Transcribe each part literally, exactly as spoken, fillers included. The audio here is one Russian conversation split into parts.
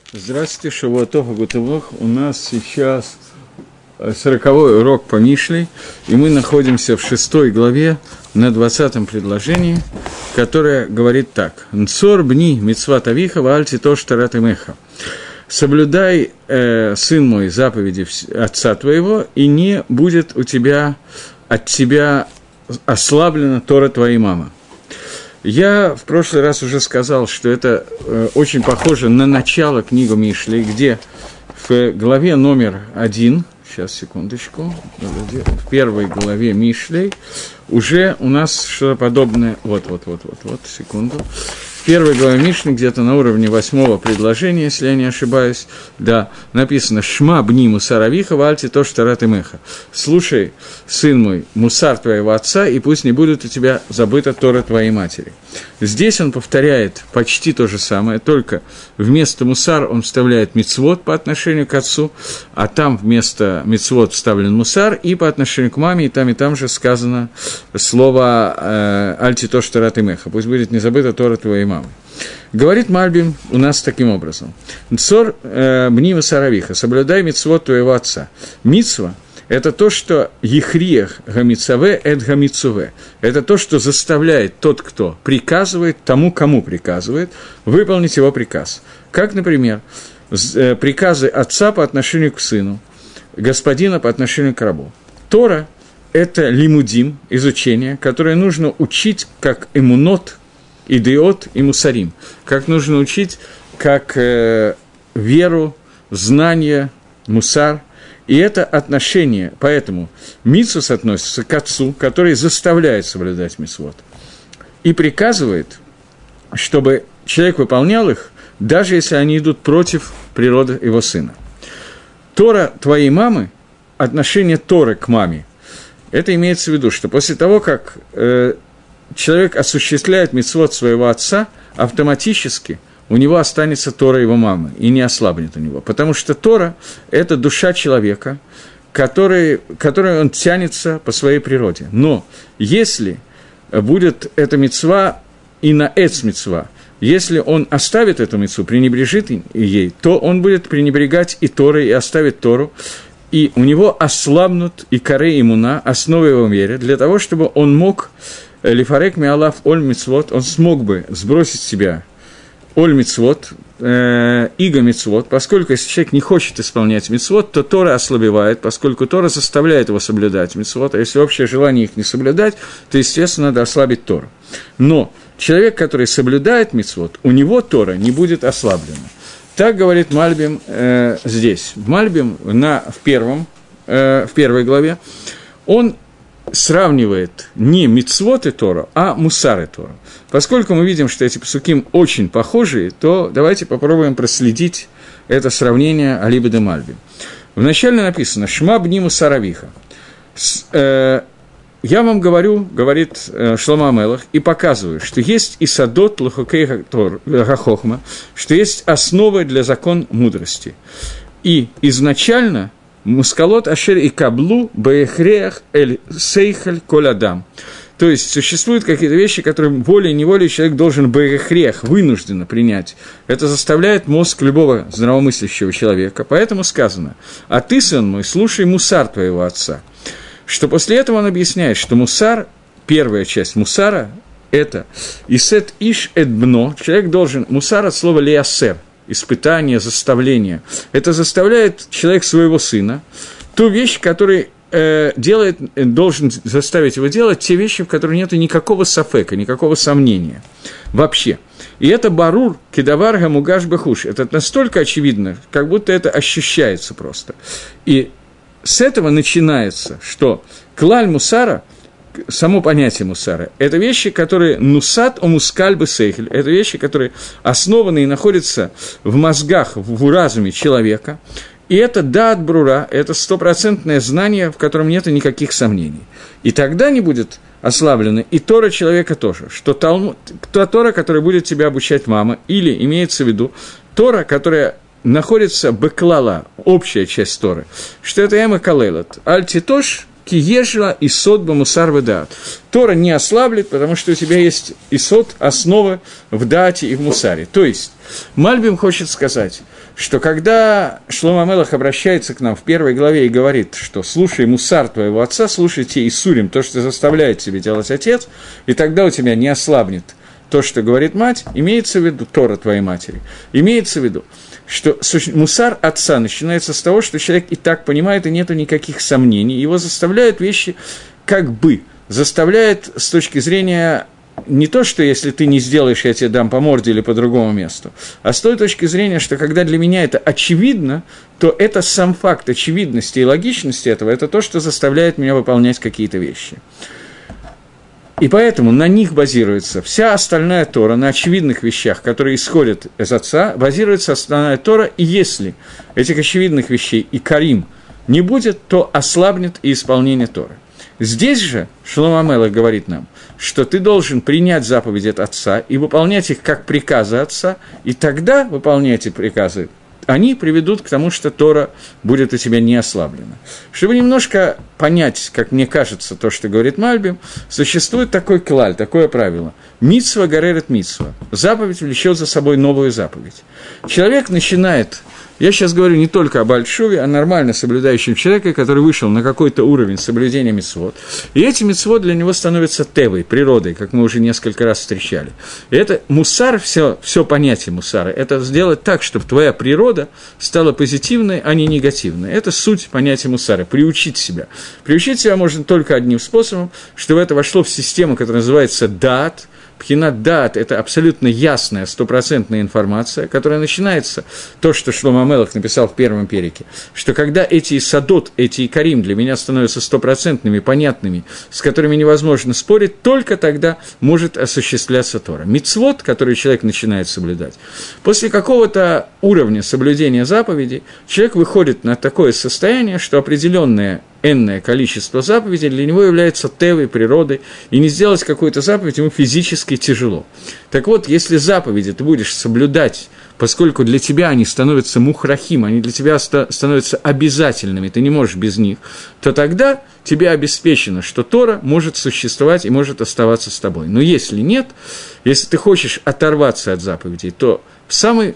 Здравствуйте, Шавуатов, Агутывох. У нас сейчас сороковой урок по Мишле, и мы находимся в шестой главе на двадцатом предложении, которое говорит так. «Нцор бни мицват авиха ваальти тош тарат имеха». «Соблюдай, э, сын мой, заповеди отца твоего, и не будет у тебя от тебя ослаблена Тора твоей мамы». Я в прошлый раз уже сказал, что это э, очень похоже на начало книги Мишлей, где в главе номер один, сейчас, секундочку, в первой главе Мишлей уже у нас что-то подобное, вот-вот-вот-вот, секунду, в первой главе Мишли, где-то на уровне восьмого предложения, если я не ошибаюсь, да, написано «Шма бни мусар авиха вальти тош тарат имеха». «Слушай, сын мой, мусар твоего отца, и пусть не будет у тебя забыта Тора твоей матери». Здесь он повторяет почти то же самое, только вместо мусар он вставляет мицвот по отношению к отцу, а там вместо мицвот вставлен мусар, и по отношению к маме, и там, и там же сказано слово «Альти тош тарат имеха», пусть будет не забыта Тора твоей мамы. Говорит Мальбим у нас таким образом. «Нцор бни мусар авиха», соблюдай мицвот твоего отца. Мицва – это то, что ехриях гамицаве эд гамицуве. Это то, что заставляет тот, кто приказывает, тому, кому приказывает, выполнить его приказ. Как, например, приказы отца по отношению к сыну, господина по отношению к рабу. Тора – это лимудим, изучение, которое нужно учить как эмунот, идеот и мусарим. Как нужно учить, как э, веру, знание, мусар. И это отношение, поэтому мицвос относится к отцу, который заставляет соблюдать мицвот, и приказывает, чтобы человек выполнял их, даже если они идут против природы его сына. Тора твоей мамы, отношение Торы к маме, это имеется в виду, что после того, как э, человек осуществляет мицвот своего отца, автоматически у него останется Тора его мамы, и не ослабнет у него. Потому что Тора – это душа человека, который, которой он тянется по своей природе. Но если будет эта мицва и на эц мицва, если он оставит эту мицву, пренебрежит ей, то он будет пренебрегать и Торой, и оставит Тору, и у него ослабнут и каре имуна, основы его веры, для того, чтобы он мог, лифарек миалав оль мицвот, он смог бы сбросить с себя оль мицвот, э, иго мицвот, поскольку если человек не хочет исполнять мицвот, то Тора ослабевает, поскольку Тора заставляет его соблюдать мицвот, а если общее желание их не соблюдать, то, естественно, надо ослабить Тору. Но человек, который соблюдает мицвот, у него Тора не будет ослаблена. Так говорит Мальбим э, здесь. Мальбим на, в, первом, э, в первой главе, он сравнивает не мицвот и Тору, а мусар и Тору. Поскольку мы видим, что эти псуким очень похожие, то давайте попробуем проследить это сравнение алиба де Мальби. Вначале написано «Шма бни мусар авиха». Э, я вам говорю, говорит э, Шломо ха-Мелех, и показываю, что есть исадот лухокей хохма, что есть основы для закон мудрости. И изначально «Мускалот ашер и каблу баехреях эль сейхаль коль адам». То есть существуют какие-то вещи, которые волей-неволей человек должен баехреях, вынужденно принять. Это заставляет мозг любого здравомыслящего человека. Поэтому сказано: «А ты, сын мой, слушай мусар твоего отца». Что после этого он объясняет, что мусар, первая часть мусара, это «исет иш эт бно», человек должен, мусар от слова «леясер», испытание, заставление. Это заставляет человек своего сына ту вещь, которую э, делает, должен заставить его делать, те вещи, в которых нет никакого сафека, никакого сомнения вообще. И это барур кедавар гамугаш бахуш. Это настолько очевидно, как будто это ощущается просто. И с этого начинается, что клаль мусара, само понятие мусара, это вещи, которые нусат о мускаль бесейхель, это вещи, которые основаны и находятся в мозгах, в разуме человека, и это даат брура, это стопроцентное знание, в котором нет никаких сомнений. И тогда не будет ослаблена и Тора человека тоже, что Талмуд, та Тора, которая будет тебя обучать мама, или имеется в виду Тора, которая находится беклала, общая часть Торы, что это эма калелот, альтитош, киежла и сот бамусар вдаат. Тора не ослаблет, потому что у тебя есть исот, основа в даате и в мусаре. То есть, Мальбим хочет сказать, что когда Шломо ха-Мелех обращается к нам в первой главе и говорит, что слушай мусар твоего отца, слушайте Исурим, то, что заставляет тебе делать отец, и тогда у тебя не ослабнет то, что говорит мать, имеется в виду Тора твоей матери, имеется в виду, что мусар отца начинается с того, что человек и так понимает, и нету никаких сомнений, его заставляют вещи как бы, заставляет с точки зрения не то, что если ты не сделаешь, я тебе дам по морде или по другому месту, а с той точки зрения, что когда для меня это очевидно, то это сам факт очевидности и логичности этого, это то, что заставляет меня выполнять какие-то вещи. И поэтому на них базируется вся остальная Тора, на очевидных вещах, которые исходят из Отца, базируется остальная Тора, и если этих очевидных вещей и Карим не будет, то ослабнет и исполнение Торы. Здесь же Шломо ха-Мелех говорит нам, что ты должен принять заповеди от Отца и выполнять их как приказы Отца, и тогда, выполняя эти приказы, они приведут к тому, что Тора будет у тебя не ослаблена. Чтобы немножко понять, как мне кажется, то, что говорит Мальбим, существует такой клаль, такое правило. Мицва гаререт мицва. Заповедь влечет за собой новую заповедь. Человек начинает... Я сейчас говорю не только о Бааль-Тшуве, а нормально соблюдающем человеке, который вышел на какой-то уровень соблюдения мицвот. И эти мицвот для него становятся тевой, природой, как мы уже несколько раз встречали. И это мусар, все, все понятие мусара, это сделать так, чтобы твоя природа стала позитивной, а не негативной. Это суть понятия мусара, приучить себя. Приучить себя можно только одним способом, чтобы это вошло в систему, которая называется даат. Пхинат даат – это абсолютно ясная, стопроцентная информация, которая начинается, то, что Шломо ха-Мелех написал в первом перике, что когда эти садот, эти икарим для меня становятся стопроцентными, понятными, с которыми невозможно спорить, только тогда может осуществляться Тора. Мицвот, который человек начинает соблюдать, после какого-то уровня соблюдения заповедей, человек выходит на такое состояние, что определенное энное количество заповедей для него является тевой, природой, и не сделать какую-то заповедь ему физически тяжело. Так вот, если заповеди ты будешь соблюдать, поскольку для тебя они становятся мухрахим, они для тебя становятся обязательными, ты не можешь без них, то тогда тебе обеспечено, что Тора может существовать и может оставаться с тобой. Но если нет, если ты хочешь оторваться от заповедей, то в самой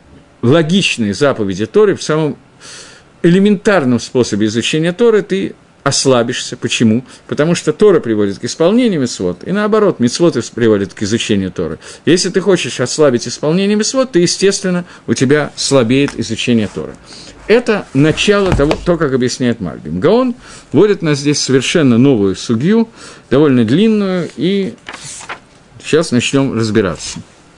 логичной заповеди Торы, в самом элементарном способе изучения Торы ты ослабишься. Почему? Потому что Тора приводит к исполнению мицвот, и наоборот, мицвот приводит к изучению Торы. Если ты хочешь ослабить исполнение мицвот, то, естественно, у тебя слабеет изучение Торы. Это начало того, то, как объясняет Мальбим. Гаон вводит нас здесь совершенно новую сугью, довольно длинную, и сейчас начнем разбираться.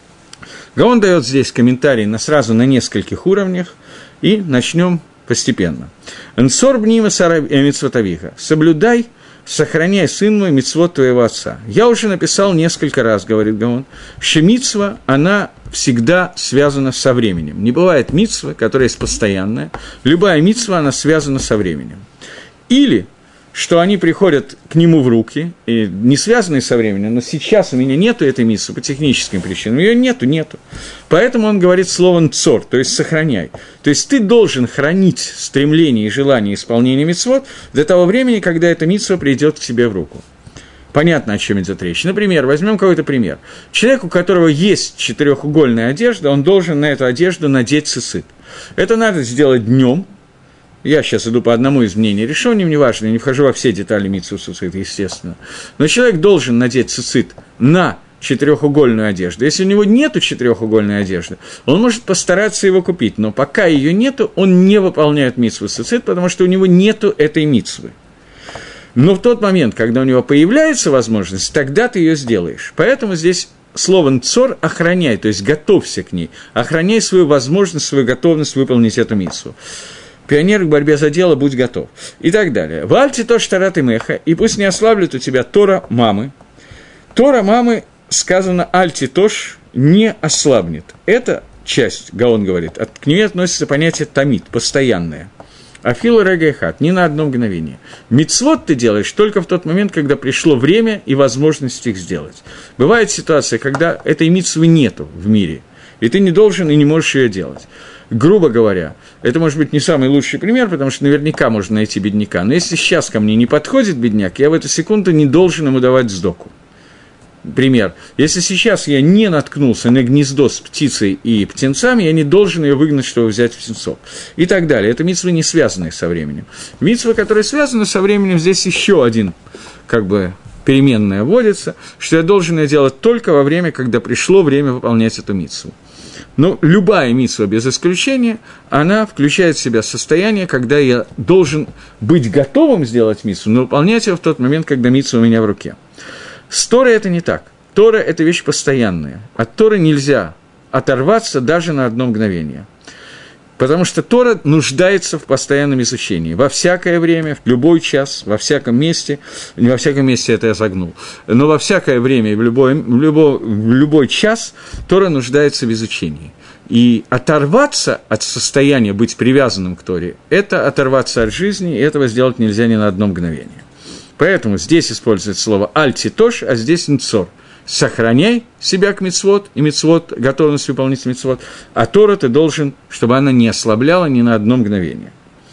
Гаон дает здесь комментарий на, сразу на нескольких уровнях, и начнем постепенно. «Энсор бнима сара мицвотавиха» – «Соблюдай, сохраняй, сын мой, мицвот твоего отца». Я уже написал несколько раз, говорит Гаон, что мицва, она всегда связана со временем. Не бывает мицвы, которая есть постоянная. Любая мицва, она связана со временем. Или что они приходят к нему в руки, и не связанные со временем, но сейчас у меня нету этой мицвы по техническим причинам, ее нету, нету. Поэтому он говорит словом «цор», то есть «сохраняй». То есть ты должен хранить стремление и желание исполнения мицвот до того времени, когда эта мицва придет к тебе в руку. Понятно, о чем идет речь. Например, возьмем какой-то пример. Человек, у которого есть четырехугольная одежда, он должен на эту одежду надеть цицит. Это надо сделать днем. Я сейчас иду по одному из мнений решений, неважно, я не вхожу во все детали мицвы цицит, естественно. Но человек должен надеть цицит на четырехугольную одежду. Если у него нету четырехугольной одежды, он может постараться его купить, но пока ее нету, он не выполняет мицву цицит, потому что у него нету этой мицвы. Но в тот момент, когда у него появляется возможность, тогда ты ее сделаешь. Поэтому здесь слово «нцор» – охраняй, то есть готовься к ней, охраняй свою возможность, свою готовность выполнить эту мицву. Пионер к борьбе за дело, будь готов. И так далее. «Вальти то штарат и меха», и пусть не ослаблет у тебя Тора мамы. Тора мамы, сказано «альти тош», не ослабнет. Это часть, Гаон говорит, от, к ней относится понятие «тамид», постоянное. Афилу рега и хат, не на одно мгновение. Мицвот ты делаешь только в тот момент, когда пришло время и возможность их сделать. Бывает ситуация, когда этой мицвы нету в мире. и ты не должен и не можешь ее делать. Грубо говоря, это может быть не самый лучший пример, потому что наверняка можно найти бедняка, но если сейчас ко мне не подходит бедняк, я в эту секунду не должен ему давать сдоку. Пример. Если сейчас я не наткнулся на гнездо с птицей и птенцами, я не должен ее выгнать, чтобы взять птенцов. И так далее. Это мицвы, не связанные со временем. Мицвы, которые связаны со временем, здесь еще один, как бы, переменная вводится, что я должен ее делать только во время, когда пришло время выполнять эту мицву. Но любая мицва, без исключения, она включает в себя состояние, когда я должен быть готовым сделать мицву, но выполнять ее в тот момент, когда мицва у меня в руке. С Торой это не так. Тора – это вещь постоянная. От Торы нельзя оторваться даже на одно мгновение. Потому что Тора нуждается в постоянном изучении. Во всякое время, в любой час, во всяком месте. Не во всяком месте, это я загнул. Но во всякое время и в любой, в любой, в любой час Тора нуждается в изучении. И оторваться от состояния быть привязанным к Торе – это оторваться от жизни, и этого сделать нельзя ни на одно мгновение. Поэтому здесь используется слово «аль-титош», а здесь «нцор». Сохраняй себя к мицвот, и мицвот, готовность выполнить мицвот, а Тора ты должен, чтобы она не ослабляла ни на одно мгновение.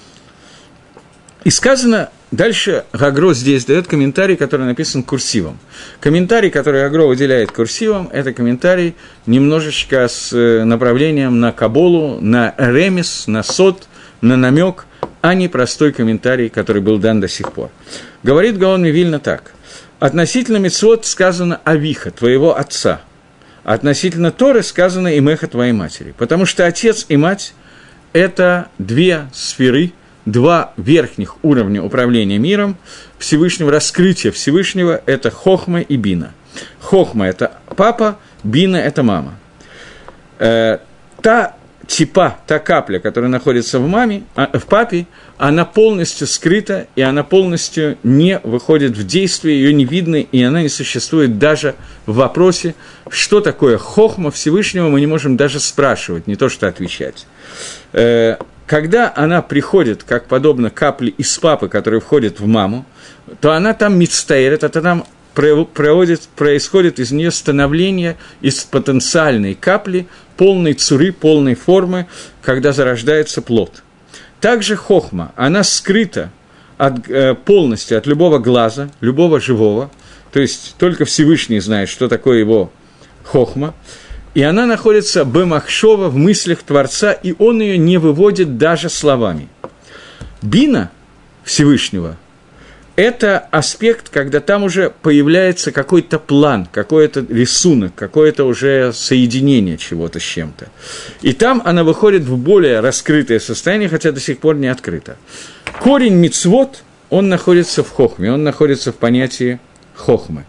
И сказано, дальше Гагро здесь дает комментарий, который написан курсивом. Комментарий, который Гагро выделяет курсивом, это комментарий немножечко с направлением на Каболу, на ремес, на сот, на намек, а не простой комментарий, который был дан до сих пор. Говорит Гаон Мивильна так. Относительно мицвот сказано «авиха», твоего отца. Относительно Торы сказано «имеха», твоей матери. Потому что отец и мать – это две сферы, два верхних уровня управления миром, Всевышнего, раскрытия Всевышнего – это хохма и бина. Хохма – это папа, бина – это мама. Э, та типа, та капля, которая находится в маме, в папе, она полностью скрыта, и она полностью не выходит в действие, ее не видно, и она не существует даже в вопросе, что такое хохма Всевышнего, мы не можем даже спрашивать, не то что отвечать. Когда она приходит, как подобно капле из папы, которая входит в маму, то она там мицтаэрет, это там проводит, происходит из нее становление из потенциальной капли, полной цуры, полной формы, когда зарождается плод. Также хохма, она скрыта от, э, полностью от любого глаза, любого живого, то есть только Всевышний знает, что такое его хохма, и она находится бемахшова, в мыслях Творца, и он ее не выводит даже словами. Бина Всевышнего – это аспект, когда там уже появляется какой-то план, какой-то рисунок, какое-то уже соединение чего-то с чем-то. И там она выходит в более раскрытое состояние, хотя до сих пор не открыто. Корень мицвот, он находится в хохме, он находится в понятии хохмы.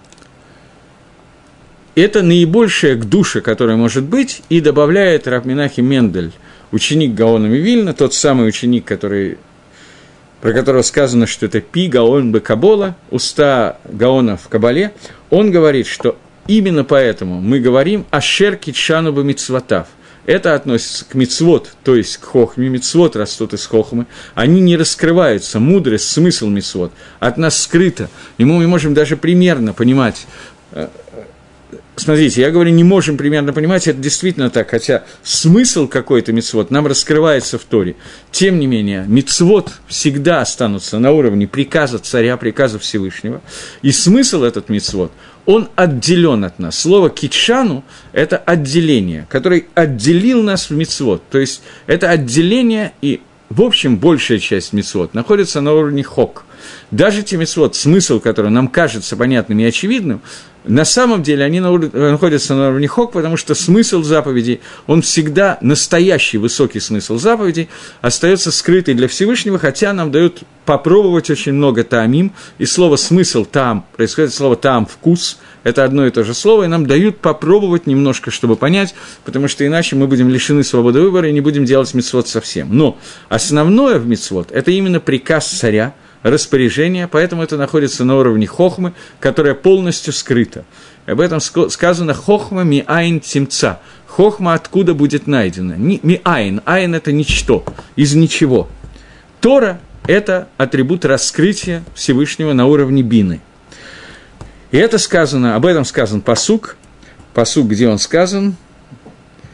Это наибольшая гдуша, которая может быть, и добавляет Рав Менахем Мендель, ученик Гаона Мивильна, тот самый ученик, который... про которого сказано, что это пи Гаон бе Кабола, уста Гаона в Кабале, он говорит, что именно поэтому мы говорим о шерке чану бе мицвотав. Это относится к мицвот, то есть к хохме. Мицвот растут из хохмы. Они не раскрываются, мудрость, смысл мицвот от нас скрыто. И мы можем даже примерно понимать. Смотрите, я говорю, не можем примерно понимать, это действительно так, хотя смысл какой-то мицвот нам раскрывается в Торе. Тем не менее, мицвот всегда останутся на уровне приказа царя, приказа Всевышнего, и смысл этот мицвот, он отделен от нас. Слово «китшану» – это отделение, которое отделил нас в мицвот, то есть это отделение, и, в общем, большая часть мицвот находится на уровне хок. Даже те мицвот, смысл, который нам кажется понятным и очевидным, на самом деле они находятся на уровне хок, потому что смысл заповедей, он всегда, настоящий высокий смысл заповедей, остается скрытый для Всевышнего, хотя нам дают попробовать очень много таамим, и слово «смысл» там, происходит слово «там» – «вкус», это одно и то же слово, и нам дают попробовать немножко, чтобы понять, потому что иначе мы будем лишены свободы выбора и не будем делать мицвот совсем. Но основное в мицвот – это именно приказ царя, распоряжение, поэтому это находится на уровне хохмы, которая полностью скрыта. Об этом сказано «хохма ми айн тимца». Хохма откуда будет найдена? Ми айн. Айн – это ничто, из ничего. Тора – это атрибут раскрытия Всевышнего на уровне бины. И это сказано, об этом сказан пасук, пасук, где он сказан,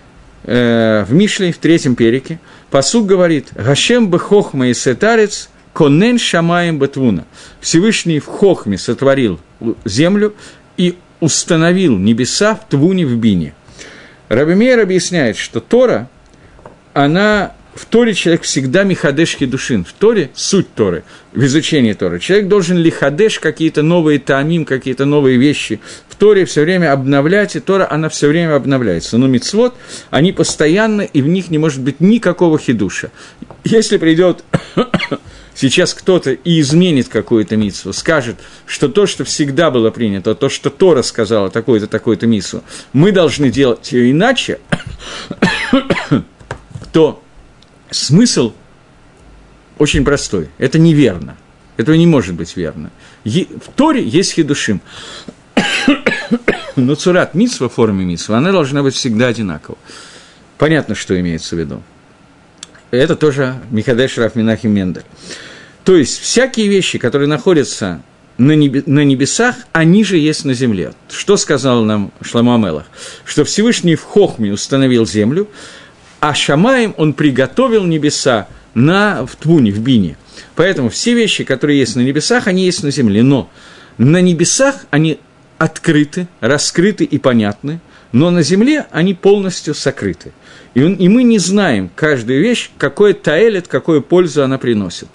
э, в Мишле, в третьем перике, пасук говорит «Гашем бы хохма и сетарец, конен шамаем бетвуна». Всевышний в хохме сотворил землю и установил небеса в твуне, в бине. Раби Меир объясняет, что Тора, она... В Торе человек всегда михадеш хидушин. В Торе суть Торы, в изучении Торы. Человек должен лихадеш какие-то новые таамим, какие-то новые вещи. В Торе все время обновлять, и Тора, она все время обновляется. Но мицвот, они постоянно, и в них не может быть никакого хидуша. Если придет сейчас кто-то и изменит какую-то мицву, скажет, что то, что всегда было принято, то, что Тора сказала, такую-то, такую-то мицву, мы должны делать ее иначе, то смысл очень простой. Это неверно. Этого не может быть верно. Е- в Торе есть хидушим. Но цурат мицва, в форме мицва, она должна быть всегда одинакова. Понятно, что имеется в виду. Это тоже Михадеш Рав Менахем Мендель. То есть, всякие вещи, которые находятся на, небе- на небесах, они же есть на земле. Что сказал нам Шломо ха-Мелех? Что Всевышний в Хохме установил землю, а Шамаем он приготовил небеса на, в Твуне, в Бине. Поэтому все вещи, которые есть на небесах, они есть на земле. Но на небесах они открыты, раскрыты и понятны, но на земле они полностью сокрыты. И, он, и мы не знаем каждую вещь, какой таэлет, какую пользу она приносит.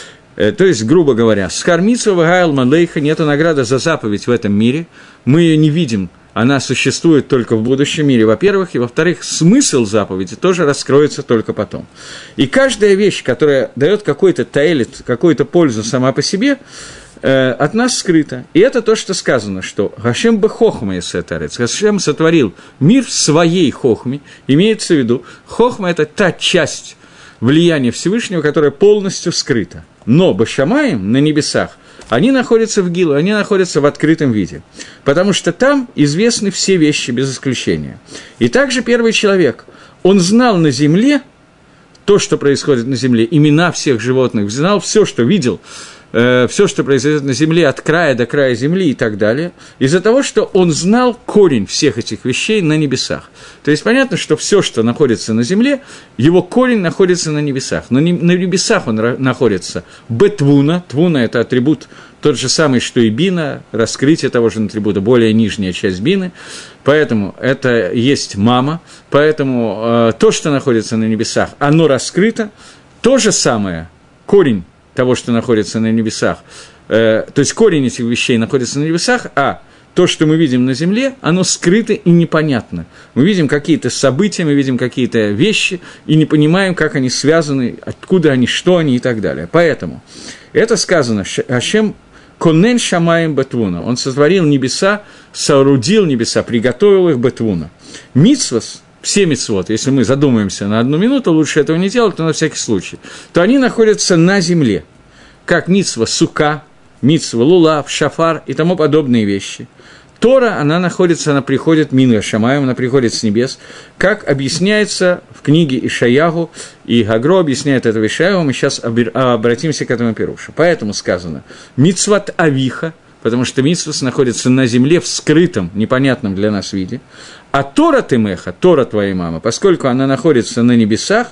Э, то есть, грубо говоря, схар мицва вагайл малейха, нету награды за заповедь в этом мире, мы ее не видим. Она существует только в будущем мире, во-первых, и, во-вторых, смысл заповеди тоже раскроется только потом. И каждая вещь, которая дает какой-то таэлит, какую-то пользу сама по себе, э, от нас скрыта. И это то, что сказано, что «Гашем бы хохма эсэтарец», Гашем сотворил мир в своей хохме, имеется в виду, хохма – это та часть влияния Всевышнего, которая полностью скрыта. Но башамаим на небесах, они находятся в Гилу, они находятся в открытом виде, потому что там известны все вещи без исключения. И также первый человек, он знал на земле то, что происходит на земле, имена всех животных, знал все, что видел, э, все, что происходит на земле от края до края земли и так далее, из-за того, что он знал корень всех этих вещей на небесах. То есть понятно, что все, что находится на земле, его корень находится на небесах. Но не, на небесах он находится бетвуна, твуна – это атрибут тот же самый, что и бина, раскрытие того же атрибута, более нижняя часть бины, поэтому это есть мама, поэтому э, то, что находится на небесах, оно раскрыто, то же самое, корень того, что находится на небесах, э, то есть корень этих вещей находится на небесах, а то, что мы видим на земле, оно скрыто и непонятно. Мы видим какие-то события, мы видим какие-то вещи и не понимаем, как они связаны, откуда они, что они и так далее. Поэтому это сказано «Ашем конен шамаем бетвуна». Он сотворил небеса, соорудил небеса, приготовил их бетвуна. Мицвос, все мицвот, если мы задумаемся на одну минуту, лучше этого не делать, но на всякий случай, то они находятся на земле, как мицва сука, мицва лулав, шафар и тому подобные вещи. Тора, она находится, она приходит мин шамаем, она приходит с небес, как объясняется в книге Ишаяху, и Гагро объясняет это в Ишаяху, мы сейчас обратимся к этому пирушу. Поэтому сказано «мицват авиха», потому что мицвас находится на земле в скрытом, непонятном для нас виде, а Тора тимеха, Тора твоей мамы, поскольку она находится на небесах,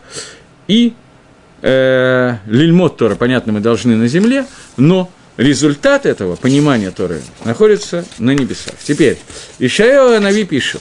и э, лильмот Тора, понятно, мы должны на земле, но результат этого, понимания Торы, находится на небесах. Теперь, Ишаяху ха-Нави пишет: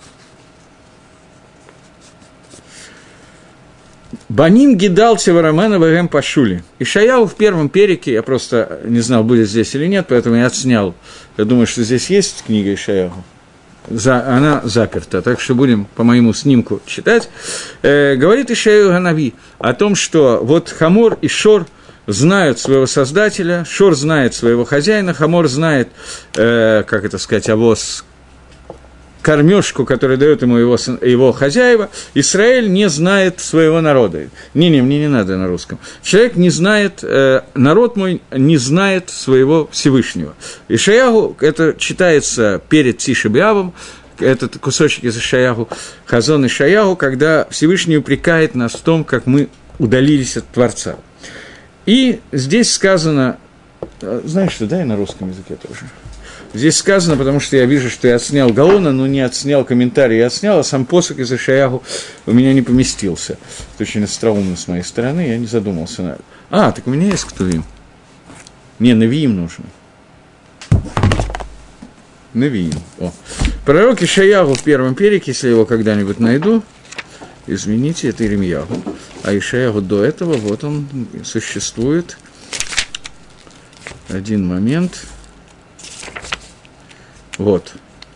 «Баним гидал цеварамена вэгэм пашули». Ишаяху в первом перике, я просто не знал, будет здесь или нет, поэтому я отснял. Я думаю, что здесь есть книга Ишаяху. За, она заперта, так что будем по моему снимку читать. Э, говорит Ишаяху ха-Нави о том, что вот Хамор и Шор знают своего создателя, Шор знает своего хозяина, Хамор знает, э, как это сказать, авос, кормежку, которую дает ему его, его хозяева. Исраэль не знает своего народа. Не-не, мне не надо на русском. Человек не знает, э, народ мой не знает своего Всевышнего. Ишаяху, это читается перед Тиша б'Авом, этот кусочек из Ишаяху, Хазон Ишаяху, когда Всевышний упрекает нас в том, как мы удалились от Творца. И здесь сказано, знаешь что, дай на русском языке тоже. Здесь сказано, потому что я вижу, что я отснял Гаона, но не отснял комментарий, я отснял, а сам посох из Ишаяху у меня не поместился. Это очень остроумно с моей стороны, я не задумался на это. А, так у меня есть Ктувим. Не, Навиим нужно. Навиим. О. Пророк Ишаяху в первом перике, если я его когда-нибудь найду, извините, это Иеремьяху. А Ишаяху до этого, вот он существует. Один момент. Вот.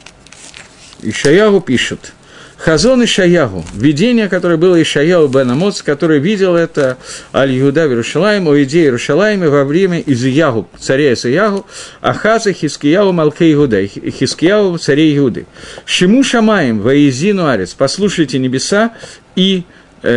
Ишаяху пишет. Хазон Ишаяху, видение, которое было Ишаяху бен Амоц, который видел это Аль-Иуда в Иерушалайме, о идее Иерушалайме во время Изияху, царя Изияху, Ахаза Хискияху Малкей Иуда, Хискияху царей Иуды. Шиму Шамаем воизину арец, послушайте небеса и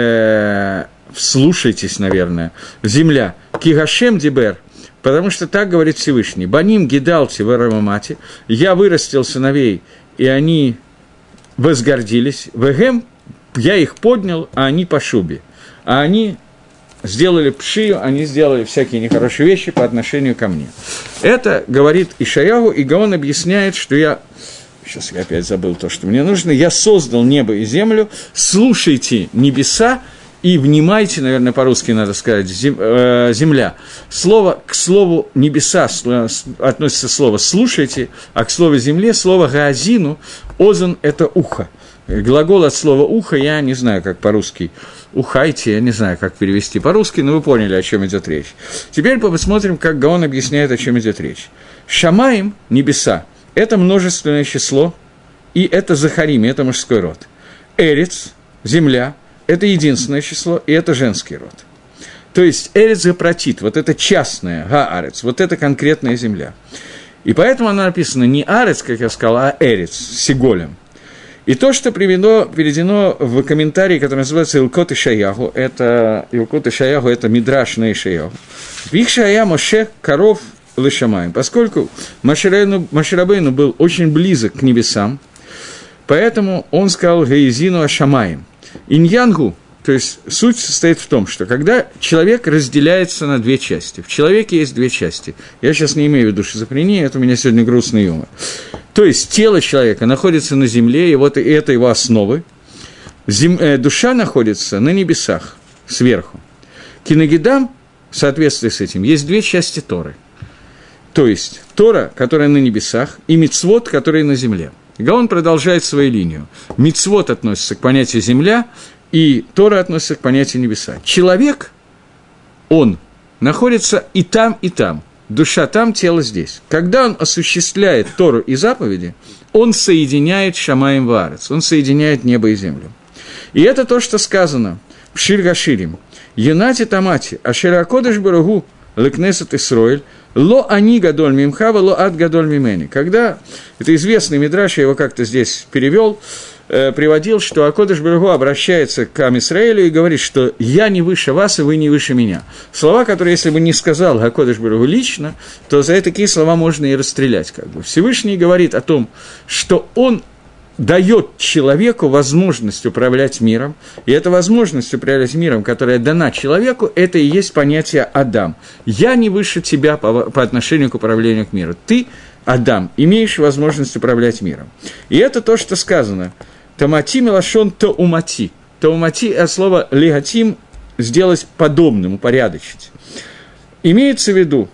э, вслушайтесь, наверное, земля. Кигашем дибер, потому что так говорит Всевышний. Баним гидалти в Арамамате, я вырастил сыновей, и они возгордились, вегем, я их поднял, а они по шубе. А они сделали пшию, они сделали всякие нехорошие вещи по отношению ко мне. Это говорит Ишаяху, и Гаон объясняет, что я... Сейчас я опять забыл то, что мне нужно. Я создал небо и землю, слушайте небеса и внимайте, наверное, по-русски надо сказать, земля. Слово, к слову небеса относится слово «слушайте», а к слову земле слово «гаазину», «озон» – это «ухо». Глагол от слова «ухо» я не знаю, как по-русски. «Ухайте», я не знаю, как перевести по-русски, но вы поняли, о чем идет речь. Теперь посмотрим, как Гаон объясняет, о чем идет речь. «Шамаим» – небеса. Это множественное число, и это Захарим, это мужской род. Эрец, земля, это единственное число, и это женский род. То есть Эрец Гапротит, вот это частное, Гаарец, вот это конкретная земля. И поэтому она написана не Арец, как я сказал, а Эрец, с Сиголем. И то, что приведено, переведено в комментарии, который называется Илкот Ишаяху, это Илкот Ишаяху, это Мидраш на Ишаяху. Вих Шая Моше коров Лешамаем, поскольку Моше был очень близок к небесам, поэтому он сказал Гаизину Ашамаем. Иньянгу, то есть суть состоит в том, что когда человек разделяется на две части, в человеке есть две части, я сейчас не имею в виду шизофрению, это у меня сегодня грустный юмор, то есть тело человека находится на земле, и вот это его основы, Зем, э, душа находится на небесах, сверху. Кинегидам, в соответствии с этим, есть две части Торы. То есть Тора, которая на небесах, и мицвот, который на земле. Гаон продолжает свою линию. Мицвот относится к понятию земля, и Тора относится к понятию небеса. Человек, он находится и там, и там. Душа там, тело здесь. Когда он осуществляет Тору и заповеди, он соединяет Шамаем ваарец, он соединяет небо и землю. И это то, что сказано в Шир Гаширим. Юнати тамати, ашера кодеш барагу, лекнесет Исроэль, ло ани гадоль мимхава, ло ад гадоль мимени. Когда, это известный мидраш, я его как-то здесь перевел, э, приводил, что Акодеш Барух обращается к Ам Исраэлю и говорит, что «я не выше вас, и вы не выше меня». Слова, которые, если бы не сказал Акодеш Барух лично, то за такие слова можно и расстрелять. Как бы. Всевышний говорит о том, что он дает человеку возможность управлять миром, и эта возможность управлять миром, которая дана человеку, это и есть понятие «Адам». «Я не выше тебя по, по отношению к управлению к миру». Ты, Адам, имеешь возможность управлять миром. И это то, что сказано. «Тамати милашон таумати». Таумати – это слово «легатим» – сделать подобным, упорядочить. Имеется в виду,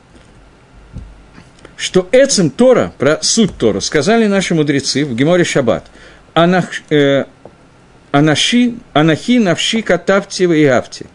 что Эцем Тора, про суть Тора, сказали наши мудрецы в Геморе Шаббат. Анах, э, анаши, анахи, навши, катавти, ваигавти.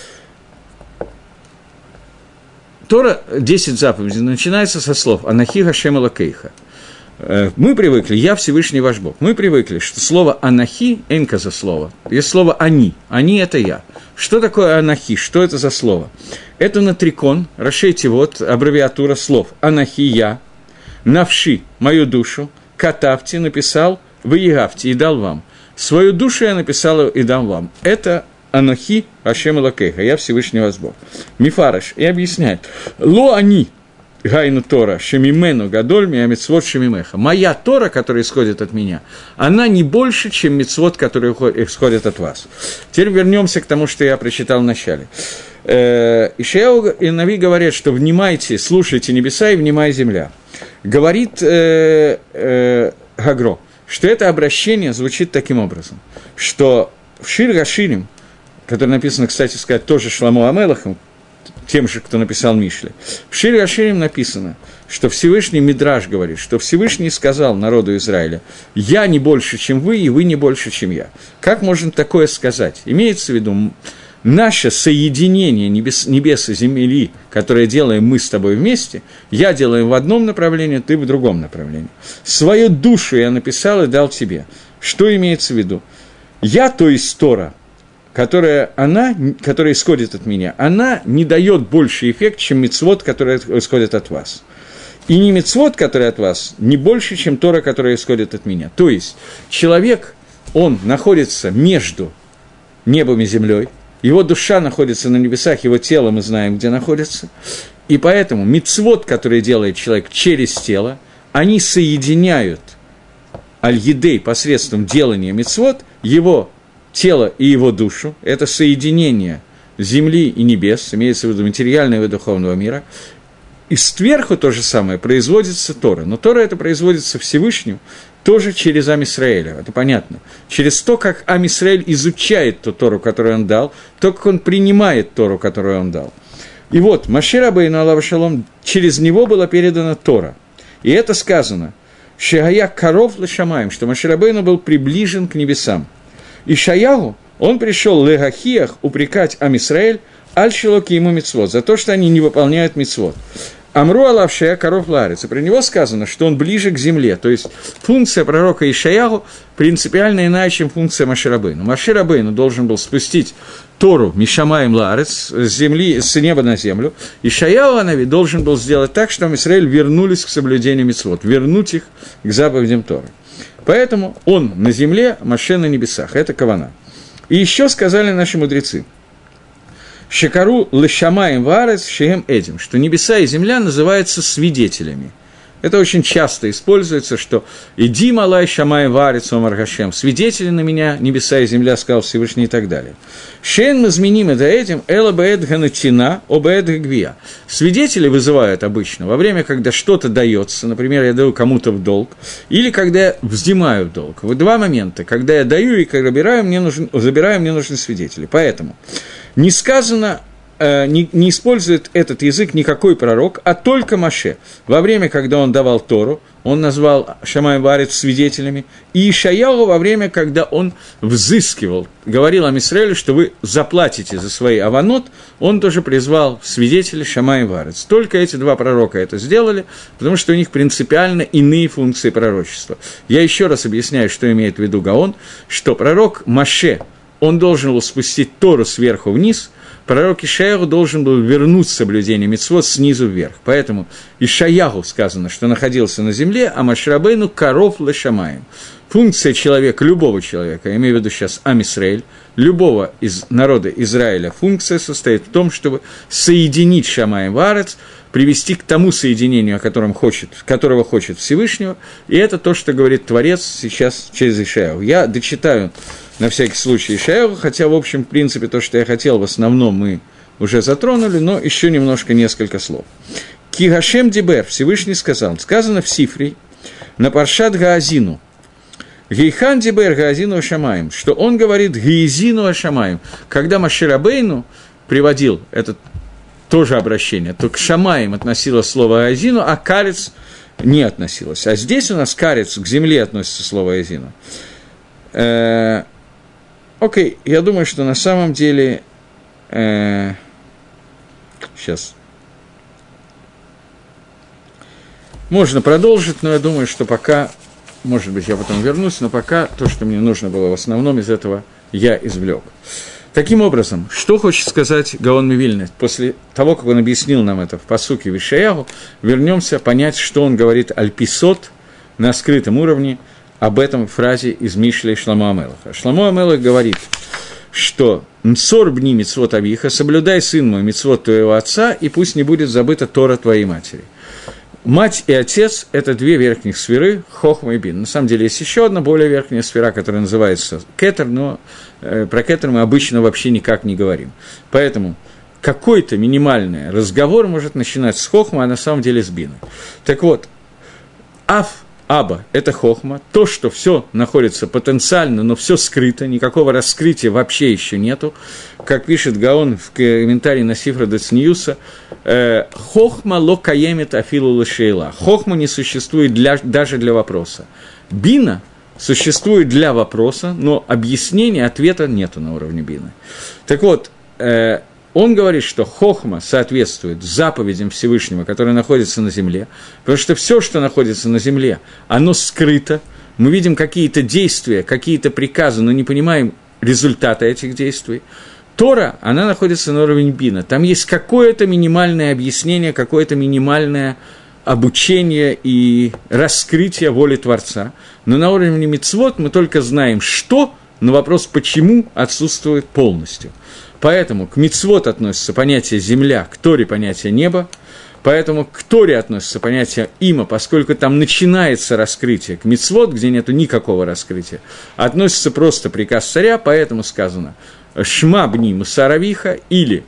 Тора, десять заповедей, начинается со слов «Анахи Гашем Элокейха». Мы привыкли, я Всевышний ваш Бог. Мы привыкли, что слово «анахи» – энка за слово. Есть слово «они». «Они» – это я. Что такое «анахи»? Что это за слово? Это натрикон, расшейте вот, аббревиатура слов. «Анахи» – я, «навши» – мою душу, «катавти» – написал, «выегавти» – и дал вам. Свою душу я написал и дам вам. Это «анахи Ашем Элокейха», я Всевышний ваш Бог. Мифараш и объясняет. «Ло они». Гайну Тора, шемимену гадоль, мия мицвот шемимеха. Моя Тора, которая исходит от меня, она не больше, чем мицвот, который исходит от вас. Теперь вернемся к тому, что я прочитал в начале. Э, Ишаяу и Нави говорят, что внимайте, слушайте небеса и внимай земля. Говорит э, э, Гагро, что это обращение звучит таким образом, что в Шир Гаширим, который написано, кстати сказать, тоже Шламо Амелахом, тем же, кто написал Мишли, в Шир Гаширим написано, что Всевышний Мидраш говорит, что Всевышний сказал народу Израиля: «Я не больше, чем вы, и вы не больше, чем я». Как можно такое сказать? Имеется в виду наше соединение небес, небес и земли, которое делаем мы с тобой вместе, я делаю в одном направлении, ты в другом направлении. Свою душу я написал и дал тебе. Что имеется в виду? Я, то есть Тора, которая, она, которая исходит от меня, она не дает больше эффект, чем мицвот, который исходит от вас. И не мицвот, который от вас, не больше, чем Тора, которая исходит от меня. То есть человек, он находится между небом и землей, его душа находится на небесах, его тело мы знаем, где находится, и поэтому мицвот, который делает человек через тело, они соединяют аль-едей посредством делания мицвот, его тело и его душу, это соединение земли и небес, имеется в виду материального и духовного мира. И сверху то же самое производится Тора. Но Тора это производится Всевышним тоже через Ам Исраэля, это понятно. Через то, как Ам Исраэль изучает ту Тору, которую он дал, то, как он принимает Тору, которую он дал. И вот, Моше Рабейну, алейхи шалом, через него была передана Тора. И это сказано, «Шегая коров лешамаем», что Моше Рабейну был приближен к небесам. И Шаягу, он пришел легахиях упрекать Ам Исраэль, аль-шилоки ему мицвот, за то, что они не выполняют мицвот. Амру алавшая коров ларец, и про него сказано, что он ближе к земле, то есть функция пророка Ишаягу принципиально иная, чем функция Моше Рабейну. Моше Рабейну должен был спустить Тору Мишамаем ларец, с земли, с неба на землю, Ишаягу Анави должен был сделать так, чтобы Израиль вернулись к соблюдению мицвот, вернуть их к заповедям Торы. Поэтому он на земле, Моше на небесах, это кавана. И еще сказали наши мудрецы, «Шекару лешамаем варец шеем эдим», что небеса и земля называются свидетелями. Это очень часто используется, что «Иди, малай, шамаем варец, омар гашем», свидетели на меня, небеса и земля, сказал Всевышний и так далее. «Шеен мы зменим это этим, эла бээд ганатина, о бээд гвия». Свидетели вызывают обычно во время, когда что-то дается, например, я даю кому-то в долг, или когда я взимаю в долг. Вот два момента, когда я даю и когда забираю, мне нужен, забираю, мне нужны свидетели. Поэтому не сказано, э, не, не использует этот язык никакой пророк, а только Моше. Во время, когда он давал Тору, он назвал Шамаем варец свидетелями, и Ишаяху во время, когда он взыскивал, говорил Ам Исраэлю, что вы заплатите за свои аванот, он тоже призвал свидетелей Шамаем варец. Только эти два пророка это сделали, потому что у них принципиально иные функции пророчества. Я еще раз объясняю, что имеет в виду Гаон, что пророк Моше, он должен был спустить Тору сверху вниз, пророк Ишаяху должен был вернуть соблюдение мицвот снизу вверх. Поэтому Ишаяху сказано, что находился на земле, а Моше Рабейну коров лешамаем. Функция человека, любого человека, я имею в виду сейчас Ам Исраэль, любого из народа Израиля, функция состоит в том, чтобы соединить Шамаем варец, привести к тому соединению, о котором хочет, которого хочет Всевышнего, и это то, что говорит Творец сейчас через Ишаяху. Я дочитаю на всякий случай Ишаяху, хотя, в общем, в принципе, то, что я хотел, в основном мы уже затронули, но еще немножко несколько слов. Кигашем дибер, Всевышний сказал, сказано в Сифре, на Паршат Гаазину, Гейхан дибер Гаазину Ашамаем, что он говорит Гаазину Ашамаем, когда Моше Рабейну приводил этот тоже обращение, то к Шамаем относилось слово Гаазину, а карец не относилось. А здесь у нас карец, к земле относится слово Гаазину. Э, окей, я думаю, что на самом деле... Э, сейчас... Можно продолжить, но я думаю, что пока... Может быть, я потом вернусь, но пока то, что мне нужно было в основном из этого, я извлек. Таким образом, что хочет сказать Гаон Мивильна? После того, как он объяснил нам это в пасуке в Ишаяху, вернемся понять, что он говорит аль-писот на скрытом уровне об этом фразе из Мишли Шламо Амелаха. Шламо Амелах говорит, что «Нцор бни мицвот авиха, соблюдай, сын мой, мицвот твоего отца, и пусть не будет забыта Тора твоей матери». Мать и отец – это две верхних сферы, хохма и бин. На самом деле есть еще одна более верхняя сфера, которая называется кетер, но э, про кетер мы обычно вообще никак не говорим. Поэтому какой-то минимальный разговор может начинать с хохма, а на самом деле с бины. Так вот, аф, аба – это хохма, то, что все находится потенциально, но все скрыто, никакого раскрытия вообще еще нету. Как пишет Гаон в комментарии на Сифра де Цниюса, э, хохма ло каемет афилу лешейла. Хохма не существует для, даже для вопроса. Бина существует для вопроса, но объяснения, ответа нету на уровне бины. Так вот, э, он говорит, что хохма соответствует заповедям Всевышнего, которые находятся на земле, потому что все, что находится на земле, оно скрыто. Мы видим какие-то действия, какие-то приказы, но не понимаем результата этих действий. Тора, она находится на уровне бина. Там есть какое-то минимальное объяснение, какое-то минимальное обучение и раскрытие воли Творца. Но на уровне мицвот мы только знаем, что, но вопрос «почему» отсутствует полностью. Поэтому к мицвот относится понятие «земля», к Торе понятие «небо», поэтому к Торе относится понятие «има», поскольку там начинается раскрытие, к мицвот, где нет никакого раскрытия, относится просто приказ царя, поэтому сказано «шма бни мусар авиха» или,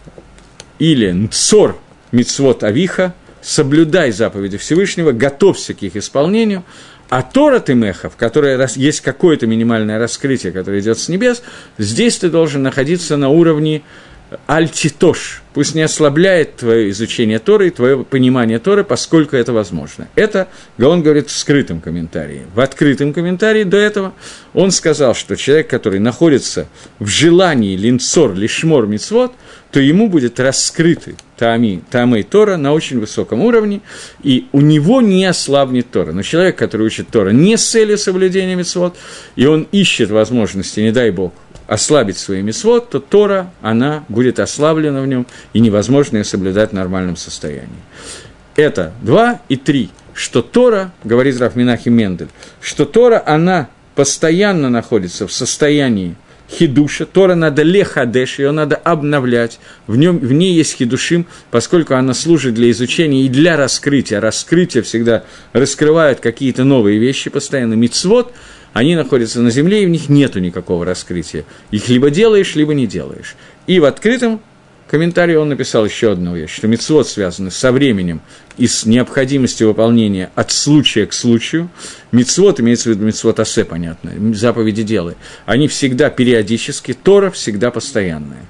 или «нцор мицвот авиха», «соблюдай заповеди Всевышнего, готовься к их исполнению», а Тора Тимеха, в которой есть какое-то минимальное раскрытие, которое идет с небес, здесь ты должен находиться на уровне альтитош. Пусть не ослабляет твое изучение Торы и твое понимание Торы, поскольку это возможно. Это Гаон говорит в скрытом комментарии. В открытом комментарии до этого он сказал, что человек, который находится в желании линцор лишмор мицвот, то ему будет раскрыты Таами, Таамей Тора на очень высоком уровне, и у него не ослабнет Тора. Но человек, который учит Тора не с целью соблюдения мицвот, и он ищет возможности, не дай Бог, ослабить свои мицвот, то Тора, она будет ослаблена в нем, и невозможно ее соблюдать в нормальном состоянии. Это два и три, что Тора, говорит Рав Менахем Мендель, что Тора, она постоянно находится в состоянии хидуша, Тора надо лехадеш, ее надо обновлять, в, нем, в ней есть хидушим, поскольку она служит для изучения и для раскрытия. Раскрытие всегда раскрывает какие-то новые вещи постоянно. Мицвот, они находятся на земле, и в них нету никакого раскрытия. Их либо делаешь, либо не делаешь. И в открытом комментарии он написал еще одну вещь, что мицвот связаны со временем и с необходимостью выполнения от случая к случаю. Мицвот, имеется в виду мицвот асе, понятно, заповеди делай, они всегда периодически, Тора всегда постоянная.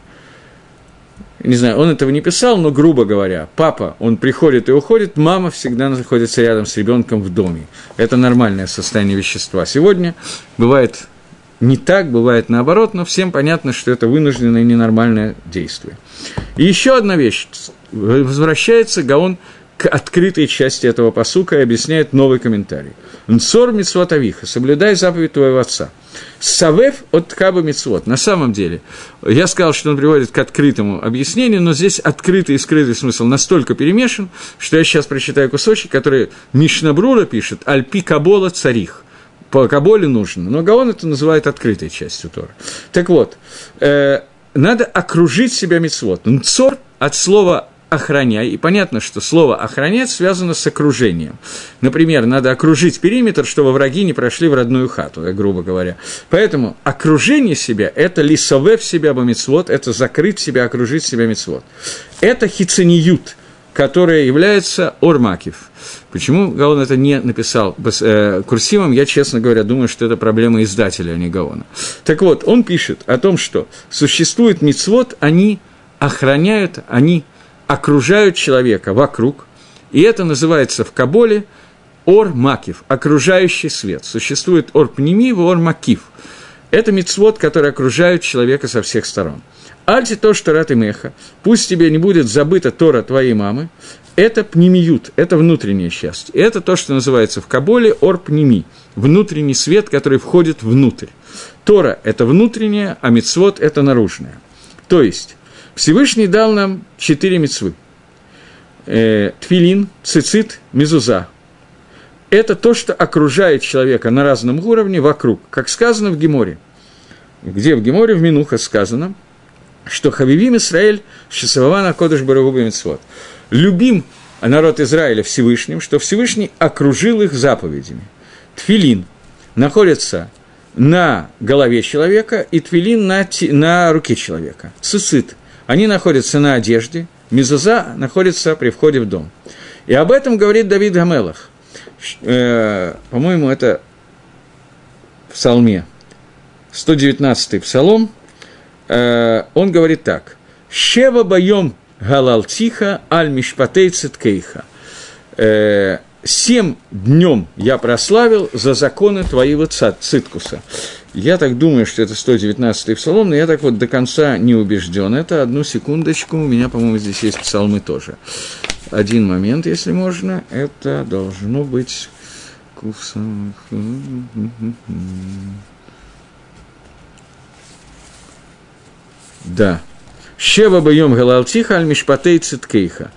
Не знаю, он этого не писал, но, грубо говоря, папа, он приходит и уходит, мама всегда находится рядом с ребенком в доме. Это нормальное состояние вещества. Сегодня бывает не так, бывает наоборот, но всем понятно, что это вынужденное и ненормальное действие. И еще одна вещь. Возвращается Гаон к открытой части этого пасука и объясняет новый комментарий. «Нцор мицвот авиха, соблюдай заповедь твоего отца. Савев от хаба мицвот». На самом деле, я сказал, что он приводит к открытому объяснению, но здесь открытый и скрытый смысл настолько перемешан, что я сейчас прочитаю кусочек, который Мишна Брура пишет «Альпи кабола царих». По каболе нужно, но Гаон это называет открытой частью Торы. Так вот, э, надо окружить себя мицвот. Нцор от слова «охраняй», и понятно, что слово «охранять» связано с окружением. Например, надо окружить периметр, чтобы враги не прошли в родную хату, грубо говоря. Поэтому окружение себя – это лисовев себя бамицвот, это закрыть себя, окружить себя мицвот. Это хицениют, которая является ормакив. Почему Гаон это не написал э, курсивом, я, честно говоря, думаю, что это проблема издателя, а не Гаона. Так вот, он пишет о том, что существует мицвот, они охраняют, они окружают человека вокруг, и это называется в Каболе ор-макив, окружающий свет. Существует ор-пними и ор-макив. Это мицвот, который окружает человека со всех сторон. Альти то, что рат и меха, пусть тебе не будет забыта Тора твоей мамы, это пнемиют, это внутреннее счастье. И это то, что называется в Каболе ор-пнеми, внутренний свет, который входит внутрь. Тора – это внутреннее, а мицвот – это наружное. То есть, Всевышний дал нам четыре мицвы. Э, тфилин, цицит, мезуза. Это то, что окружает человека на разном уровне вокруг. Как сказано в Геморе. Где в Геморе, в Минуха сказано, что «Хавивим Исраэль шесавана кодыш барагу бемицвот». Любим народ Израиля Всевышним, что Всевышний окружил их заповедями. Тфилин находится на голове человека, и тфилин на, на руке человека. Цицит они находятся на одежде, мезуза находится при входе в дом. И об этом говорит Давид Гамелах. Э, по-моему, это в Псалме, сто девятнадцатый Псалом, э, он говорит так. «Шева байом галалтиха аль мишпатей циткейха». «Семь днем я прославил за законы твоего циткуса». Я так думаю, что это сто девятнадцатый Псалом, но я так вот до конца не убежден. Это одну секундочку, у меня, по-моему, здесь есть псалмы тоже. Один момент, если можно, это должно быть... Да. «Шева байом галалтиха аль мишпатей циткейха».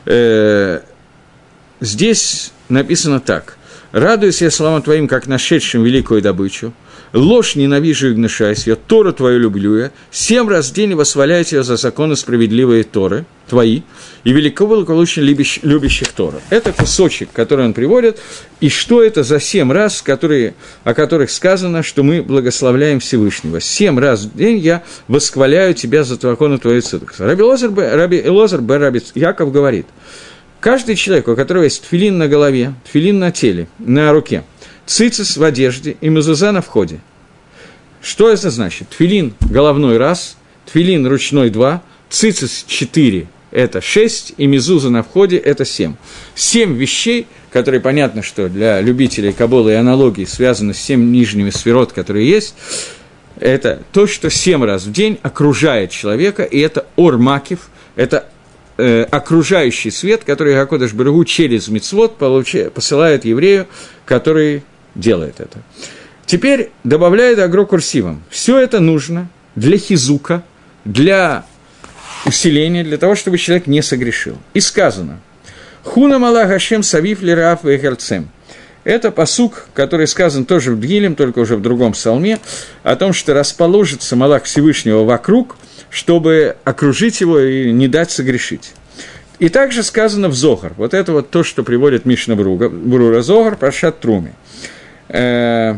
Здесь написано так. «Радуюсь я словам твоим, как нашедшим великую добычу. Ложь ненавижу и гнушаюсь ее, Тору твою люблю я. Семь раз в день восхваляю тебя за законы справедливые Торы твои, и велико благополучно любящих, любящих Тору». Это кусочек, который он приводит, и что это за семь раз, которые, о которых сказано, что мы благословляем Всевышнего. Семь раз в день я восхваляю тебя за законы твои циткуса. Раби Элозар Раби Элозар бен Раби Яков говорит, каждый человек, у которого есть тфилин на голове, тфилин на теле, на руке, цицис в одежде и мезуза на входе. Что это значит? Тфилин головной раз, тфилин ручной два, цицис четыре – это шесть, и мезуза на входе – это семь. Семь вещей, которые, понятно, что для любителей каббалы и аналогии связаны с семь нижними сферот, которые есть, это то, что семь раз в день окружает человека, и это ор макив, это э, окружающий свет, который Гакодеш Барух Ху через мицвот получает, посылает еврею, который делает это. Теперь добавляет агро курсивом. Все это нужно для хизука, для усиления, для того, чтобы человек не согрешил. И сказано: «Хуна мала гашем савиф лираав вегерцем». Это пасук, который сказан тоже в Дгилем, только уже в другом псалме, о том, что расположится Малах Всевышнего вокруг, чтобы окружить его и не дать согрешить. И также сказано в Зохар. Вот это вот то, что приводит Мишна Брура Зохар, Паршат Труми. Э,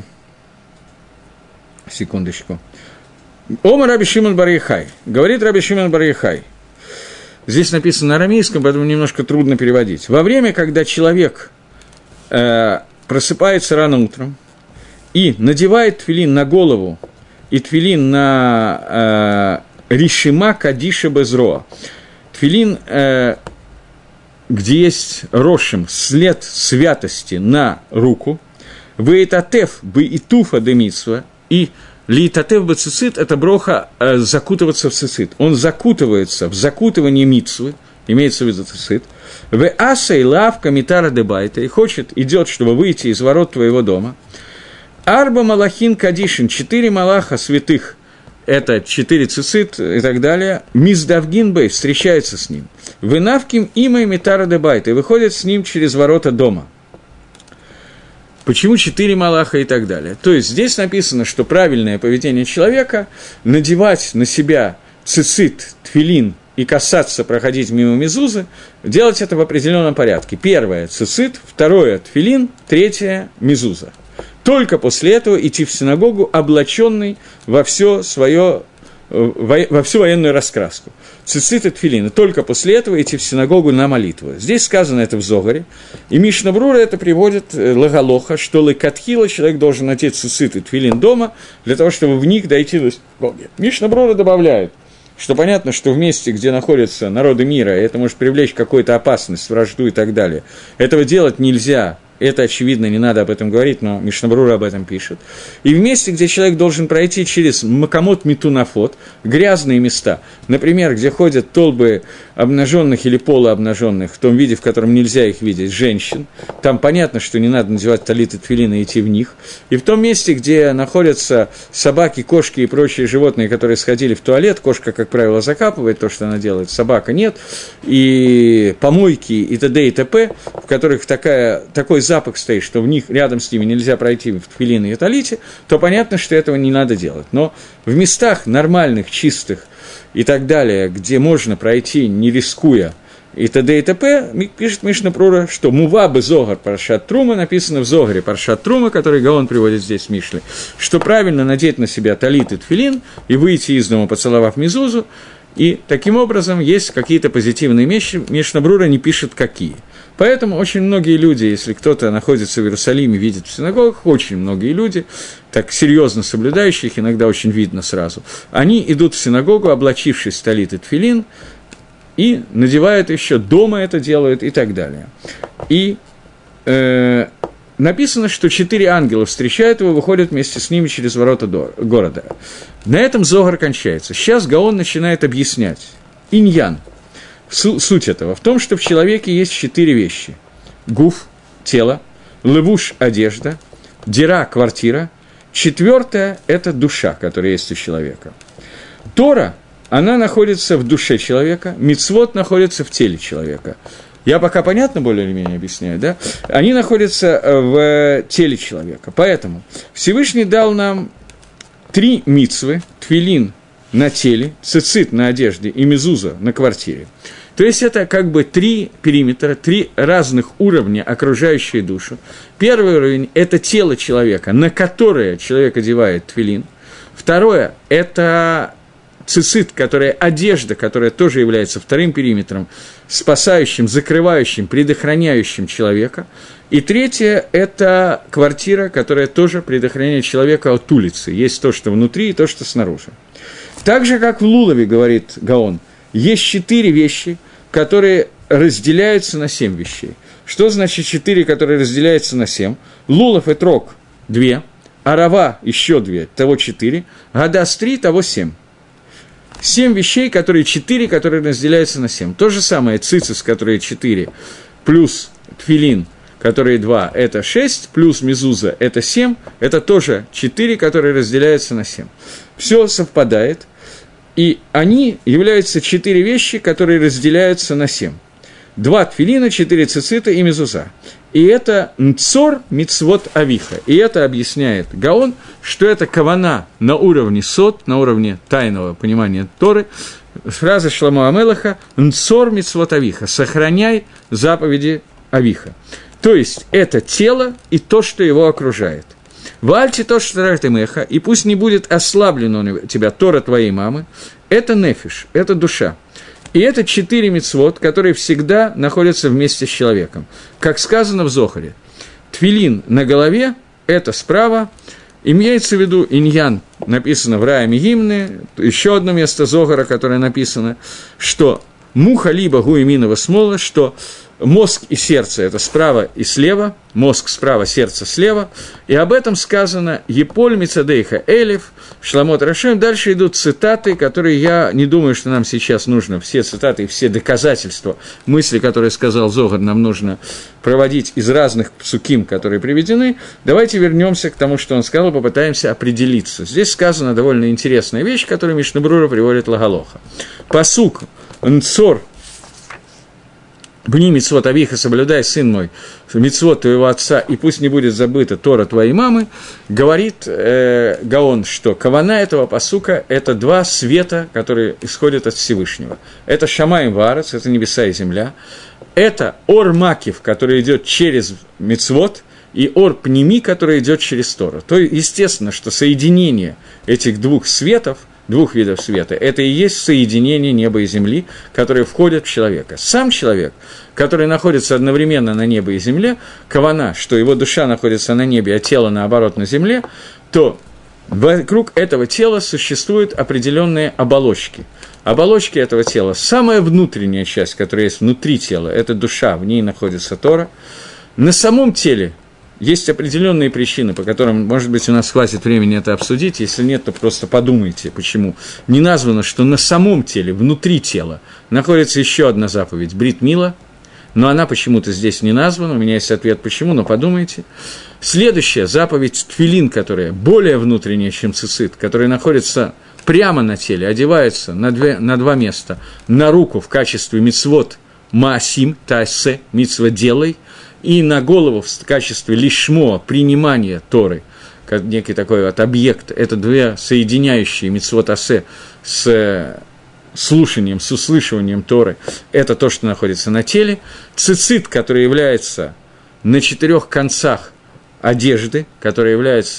секундочку. Омар Раби Шимон бар Йохай. Говорит Раби Шимон бар Йохай. Здесь написано на арамейском, поэтому немножко трудно переводить. Во время, когда человек э, просыпается рано утром и надевает тфилин на голову и тфилин на э, ришима кадиша безроа, тфилин, э, где есть рошим, след святости на руку, вейтатев беитуфа демитсва, и лейтатев бецицит – это броха э, закутываться в цицит. Он закутывается в закутывание митсвы, имеется в виду цицит, в асей лавка митара дебайта, и хочет, идет, чтобы выйти из ворот твоего дома. Арба малахин кадишин, четыре малаха святых, это четыре цицит и так далее, миздавгин бей, встречается с ним. Вынавким имя митара дебайта, и выходит с ним через ворота дома. Почему четыре малаха и так далее? То есть здесь написано, что правильное поведение человека – надевать на себя цицит, тфилин и касаться, проходить мимо мезузы, делать это в определенном порядке. Первое – цицит, второе – тфилин, третье – мезуза. Только после этого идти в синагогу, облаченный во, все свое, во всю военную раскраску. Цицит и тфилин. Только после этого идти в синагогу на молитву. Здесь сказано это в Зогаре. И Мишна Брура это приводит лагалоха, что лекатхила человек должен надеть цицит и тфилин дома, для того, чтобы в них дойти до синагоги. Мишна Брура добавляет, что понятно, что в месте, где находятся народы мира, и это может привлечь какую-то опасность, вражду и так далее, этого делать нельзя. Это, очевидно, не надо об этом говорить, но Мишна Брура об этом пишет. И в месте, где человек должен пройти через макамот митунафот, грязные места, например, где ходят толпы обнаженных или полуобнаженных, в том виде, в котором нельзя их видеть, женщин, там понятно, что не надо надевать талит и тфилин и идти в них. И в том месте, где находятся собаки, кошки и прочие животные, которые сходили в туалет, кошка, как правило, закапывает то, что она делает, собака нет, и помойки и т.д. и т.п., в которых такая, такой запах стоит, что в них рядом с ними нельзя пройти в тфилин и талите, то понятно, что этого не надо делать. Но в местах нормальных, чистых и так далее, где можно пройти, не рискуя, и т.д. и т.п., пишет Мишна Брура, что «Мува бы Зогар Паршат Трума», написано в Зогаре Паршат Трума, который Гаон приводит здесь в Мишле, что правильно надеть на себя талит и тфилин и выйти из дома, поцеловав мезузу, И таким образом есть какие-то позитивные вещи, Мишна Брура не пишет какие. Поэтому очень многие люди, если кто-то находится в Иерусалиме, видит в синагогах, очень многие люди, так серьезно соблюдающие, их иногда очень видно сразу, они идут в синагогу, облачившись в талит и тфилин, и надевают еще, дома это делают и так далее. И э, написано, что четыре ангела встречают его, выходят вместе с ними через ворота до, города. На этом Зогар кончается. Сейчас Гаон начинает объяснять. Иньян. Суть этого в том, что в человеке есть четыре вещи. Гуф – тело, левуш – одежда, дира – квартира, четвертое – это душа, которая есть у человека. Тора, она находится в душе человека, мицвот находится в теле человека. Я пока понятно более или менее объясняю, да? Они находятся в теле человека. Поэтому Всевышний дал нам три мицвы, тфилин на теле, цицит на одежде и мезуза на квартире. То есть это как бы три периметра, три разных уровня, окружающие душу. Первый уровень – это тело человека, на которое человек одевает тфилин. Второе – это цицит, которая одежда, которая тоже является вторым периметром, спасающим, закрывающим, предохраняющим человека. И третье – это квартира, которая тоже предохраняет человека от улицы. Есть то, что внутри, и то, что снаружи. Так же, как в Лулове, говорит Гаон, есть четыре вещи, которые разделяются на семь вещей. Что значит четыре, которые разделяются на семь? Лулов и трог – две, арава – еще две, того четыре, гадас – три, того семь. Семь вещей, которые четыре, которые разделяются на семь. То же самое цицис, которые четыре, плюс тфилин, которые два, это шесть, плюс мезуза, это семь, это тоже четыре, которые разделяются на семь. Все совпадает. И они являются четыре вещи, которые разделяются на семь. Два тфилина, четыре цицита и мезуза. И это нцор мицвот авиха. И это объясняет Гаон, что это кавана на уровне сот, на уровне тайного понимания Торы. Фраза Шломо ха-Мелеха «нцор мицвот авиха» – «сохраняй заповеди авиха». То есть это тело и то, что его окружает. «Вальти то, что ратимеха, и пусть не будет ослаблено у тебя Тора твоей мамы», это нефиш, это душа. И это четыре мицвот, которые всегда находятся вместе с человеком. Как сказано в Зохаре, тфилин на голове – это справа, имеется в виду иньян, написано в Рааме Гимне, еще одно место Зохара, которое написано, что муха либо гуеминова смола, что мозг и сердце – это справа и слева, мозг справа, сердце слева, и об этом сказано «Еполь мицадейха элев», Шламот Рашем. Дальше идут цитаты, которые я не думаю, что нам сейчас нужно, все цитаты и все доказательства, мысли, которые сказал Зогар, нам нужно проводить из разных псуким, которые приведены. Давайте вернемся к тому, что он сказал, и попытаемся определиться. Здесь сказана довольно интересная вещь, которую Мишна Брура приводит Лагалоха. Пасук «Нцор» «Бни мицвот авиха, соблюдай, сын мой, мицвот твоего отца, и пусть не будет забыта Тора твоей мамы», говорит э, Гаон, что кавана этого пасука – это два света, которые исходят от Всевышнего. Это Шамаим ваарец, это небеса и земля. Это Ор Макив, который идет через мицвот, и Ор Пними, который идет через Тору. То есть, естественно, что соединение этих двух светов, двух видов света, это и есть соединение неба и земли, которые входят в человека. Сам человек, который находится одновременно на небе и земле, кавана, что его душа находится на небе, а тело, наоборот, на земле, то вокруг этого тела существуют определенные оболочки. Оболочки этого тела, самая внутренняя часть, которая есть внутри тела, это душа, в ней находится Тора. На самом теле есть определенные причины, по которым, может быть, у нас хватит времени это обсудить. Если нет, то просто подумайте, почему. Не названо, что на самом теле, внутри тела, находится еще одна заповедь – брит мила, но она почему-то здесь не названа. У меня есть ответ, почему, но подумайте. Следующая заповедь – тфилин, которая более внутренняя, чем цицит, которая находится прямо на теле, одевается на, две, на два места, на руку в качестве мицвот маасим, тайсе, мицва делай, и на голову в качестве лишмо, принимания Торы, как некий такой вот объект, это две соединяющие мицвот асе с слушанием, с услышиванием Торы, это то, что находится на теле. Цицит, который является на четырех концах одежды, который является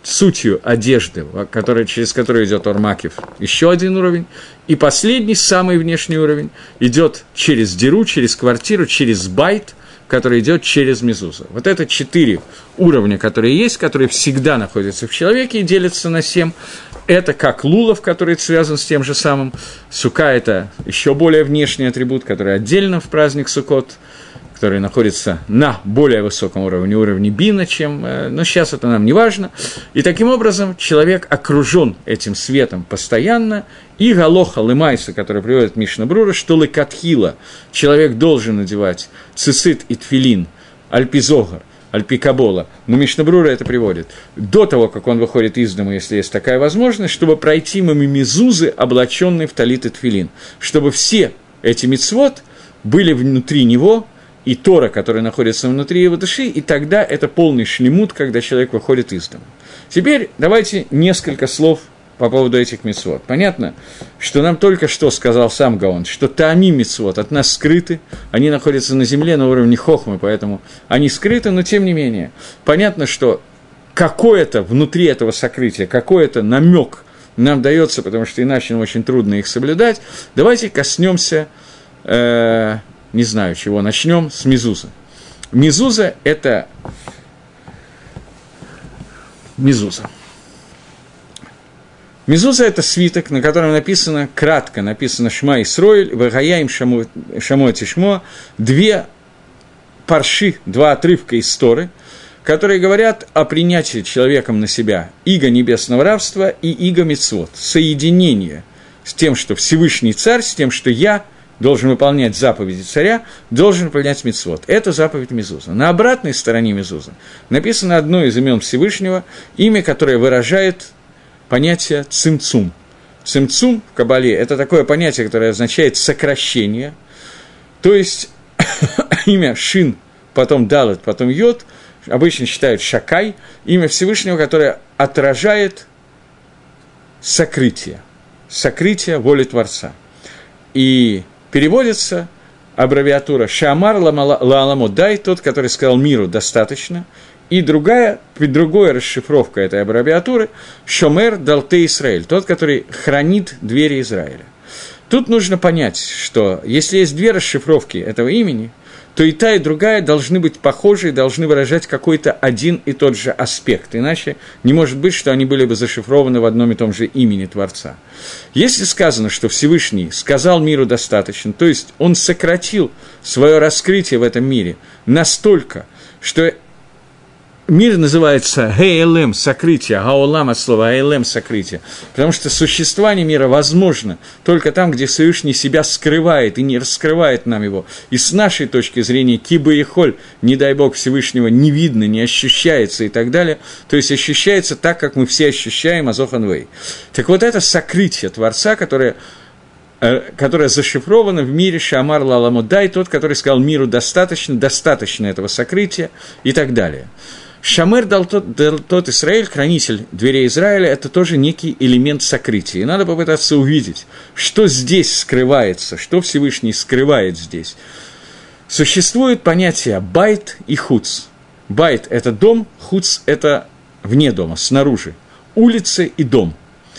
сутью одежды, который, через которую идет Ормакев, еще один уровень. И последний, самый внешний уровень, идет через диру, через квартиру, через байт, который идет через мезузу. Вот это четыре уровня, которые есть, которые всегда находятся в человеке и делятся на семь. Это как лулов, который связан с тем же самым. Сука – это еще более внешний атрибут, который отдельно в праздник Суккот, который находится на более высоком уровне, уровне бина, чем, но сейчас это нам не важно. И таким образом человек окружен этим светом постоянно, и галоха лымайса, который приводит Мишна Брура, что лекатхила человек должен надевать цицит и тфилин, альпизогар, альпикабола, но Мишна Брура это приводит, до того, как он выходит из дома, если есть такая возможность, чтобы пройти мимо мезузы, облаченной в талит и тфилин, чтобы все эти мицвот были внутри него, и Тора, которая находится внутри его души, и тогда это полный шлемут, когда человек выходит из дома. Теперь давайте несколько слов по поводу этих мицвот. Понятно, что нам только что сказал сам Гаон, что таами мицвот от нас скрыты, они находятся на земле на уровне хохмы, поэтому они скрыты, но тем не менее. Понятно, что какое-то внутри этого сокрытия, какой-то намек нам дается, потому что иначе нам очень трудно их соблюдать. Давайте коснемся... Э- Не знаю, чего. Начнем с мезуза. Мезуза – это... Мезуза. Мезуза – это свиток, на котором написано, кратко написано «Шма Исроэль», «Вагаяим шамо тишмо», две парши, два отрывка из Торы, которые говорят о принятии человеком на себя иго небесного рабства и иго мицвот, соединение с тем, что Всевышний Царь, с тем, что я должен выполнять заповеди царя, должен выполнять мицвот. Это заповедь мезуза. На обратной стороне мезуза написано одно из имен Всевышнего, имя, которое выражает понятие цимцум. Цимцум в Кабале – это такое понятие, которое означает сокращение, то есть имя Шин, потом Далет, потом Йод, обычно считают Шакай, имя Всевышнего, которое отражает сокрытие, сокрытие воли Творца. И переводится аббревиатура «Шамар лааламо дай», тот, который сказал миру «достаточно», и другая, другая расшифровка этой аббревиатуры «Шомер далте Исраэль», тот, который хранит двери Израиля. Тут нужно понять, что если есть две расшифровки этого имени, то и та, и другая должны быть похожи, должны выражать какой-то один и тот же аспект. Иначе не может быть, что они были бы зашифрованы в одном и том же имени Творца. Если сказано, что Всевышний сказал миру достаточно, то есть он сократил свое раскрытие в этом мире настолько, что мир называется «Эй-элэм» – сокрытие, «Гаолам» от слова «Эй-элэм» – сокрытие, потому что существование мира возможно только там, где Всевышний себя скрывает и не раскрывает нам его. И с нашей точки зрения киба и холь, не дай Бог, Всевышнего не видно, не ощущается и так далее, то есть ощущается так, как мы все ощущаем Азохан Вей. Так вот это сокрытие Творца, которое... которая зашифрована в мире Шамар лааламо дай, тот, который сказал миру достаточно, достаточно этого сокрытия и так далее. Шамер дал тот, дал тот Израиль, хранитель дверей Израиля, это тоже некий элемент сокрытия. И надо попытаться увидеть, что здесь скрывается, что Всевышний скрывает здесь. Существует понятие байт и хуц. Байт – это дом, хуц – это вне дома, снаружи, улицы и дом.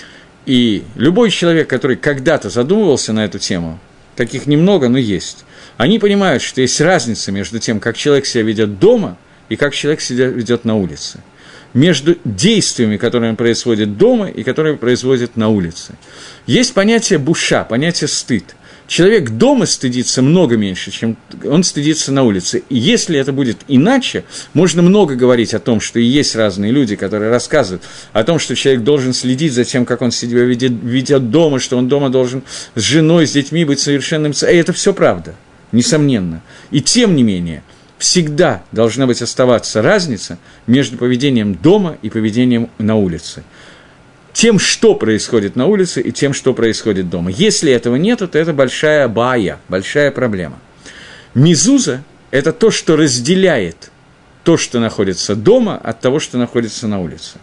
И любой человек, который когда-то задумывался на эту тему, таких немного, но есть, они понимают, что есть разница между тем, как человек себя ведет дома и как человек себя ведет на улице. Между действиями, которые он производит дома и которые производит на улице. Есть понятие буша, понятие стыд. Человек дома стыдится много меньше, чем он стыдится на улице. И если это будет иначе, можно много говорить о том, что и есть разные люди, которые рассказывают о том, что человек должен следить за тем, как он себя ведет, ведет дома, что он дома должен с женой, с детьми быть совершенным. И это все правда, несомненно. И тем не менее, всегда должна быть оставаться разница между поведением дома и поведением на улице. Тем, что происходит на улице, и тем, что происходит дома. Если этого нет, то это большая бая, большая проблема. Мезуза – это то, что разделяет то, что находится дома, от того, что находится на улице.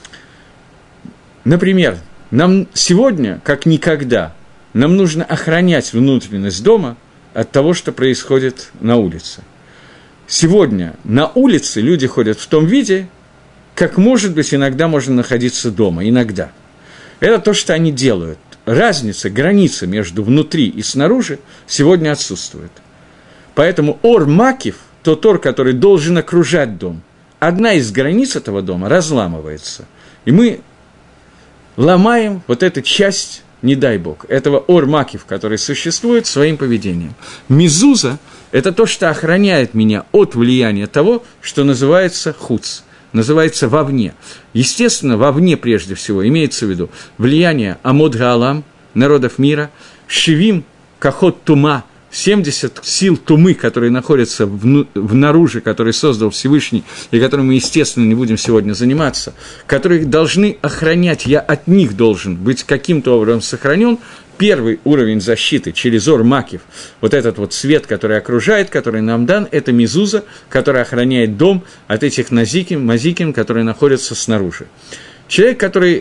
Например, нам сегодня, как никогда, нам нужно охранять внутренность дома от того, что происходит на улице. Сегодня на улице люди ходят в том виде, как, может быть, иногда можно находиться дома, иногда. Это то, что они делают. Разница, граница между внутри и снаружи сегодня отсутствует. Поэтому ор макив, тот ор, который должен окружать дом, одна из границ этого дома разламывается. И мы ломаем вот эту часть, не дай бог, этого ор макив, который существует, своим поведением. Мезуза – это то, что охраняет меня от влияния того, что называется хуц, называется вовне. Естественно, вовне прежде всего имеется в виду влияние Амод Гаалам, народов мира, Шивим, Кахот Тума, семьдесят сил Тумы, которые находятся вну, внаружи, которые создал Всевышний, и которыми мы, естественно, не будем сегодня заниматься, которые должны охранять, я от них должен быть каким-то образом сохранен. Первый уровень защиты через ор макив, вот этот вот свет, который окружает, который нам дан, это мезуза, которая охраняет дом от этих назиким, мазиким, которые находятся снаружи. Человек, который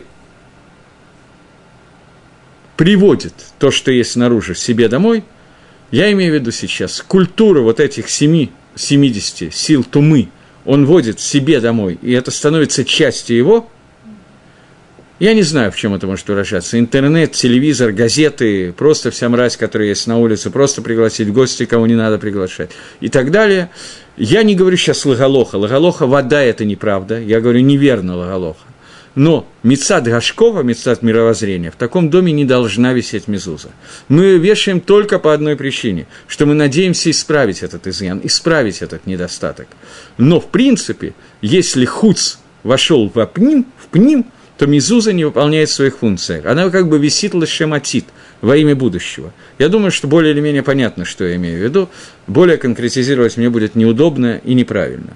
приводит то, что есть снаружи, себе домой, я имею в виду сейчас культуру вот этих семи, семидесяти сил Тумы, он вводит себе домой, и это становится частью его. Я не знаю, в чем это может выражаться. Интернет, телевизор, газеты, просто вся мразь, которая есть на улице, просто пригласить в гости, кого не надо приглашать и так далее. Я не говорю сейчас логолоха. Логолоха, вода – это неправда. Я говорю неверно логолоха. Но мицад Гашкова, мицад мировоззрения, в таком доме не должна висеть мезуза. Мы ее вешаем только по одной причине, что мы надеемся исправить этот изъян, исправить этот недостаток. Но, в принципе, если хуц вошел в пним, в пним, то мезуза не выполняет своих функций. Она как бы висит лашематит во имя будущего. Я думаю, что более или менее понятно, что я имею в виду. Более конкретизировать мне будет неудобно и неправильно.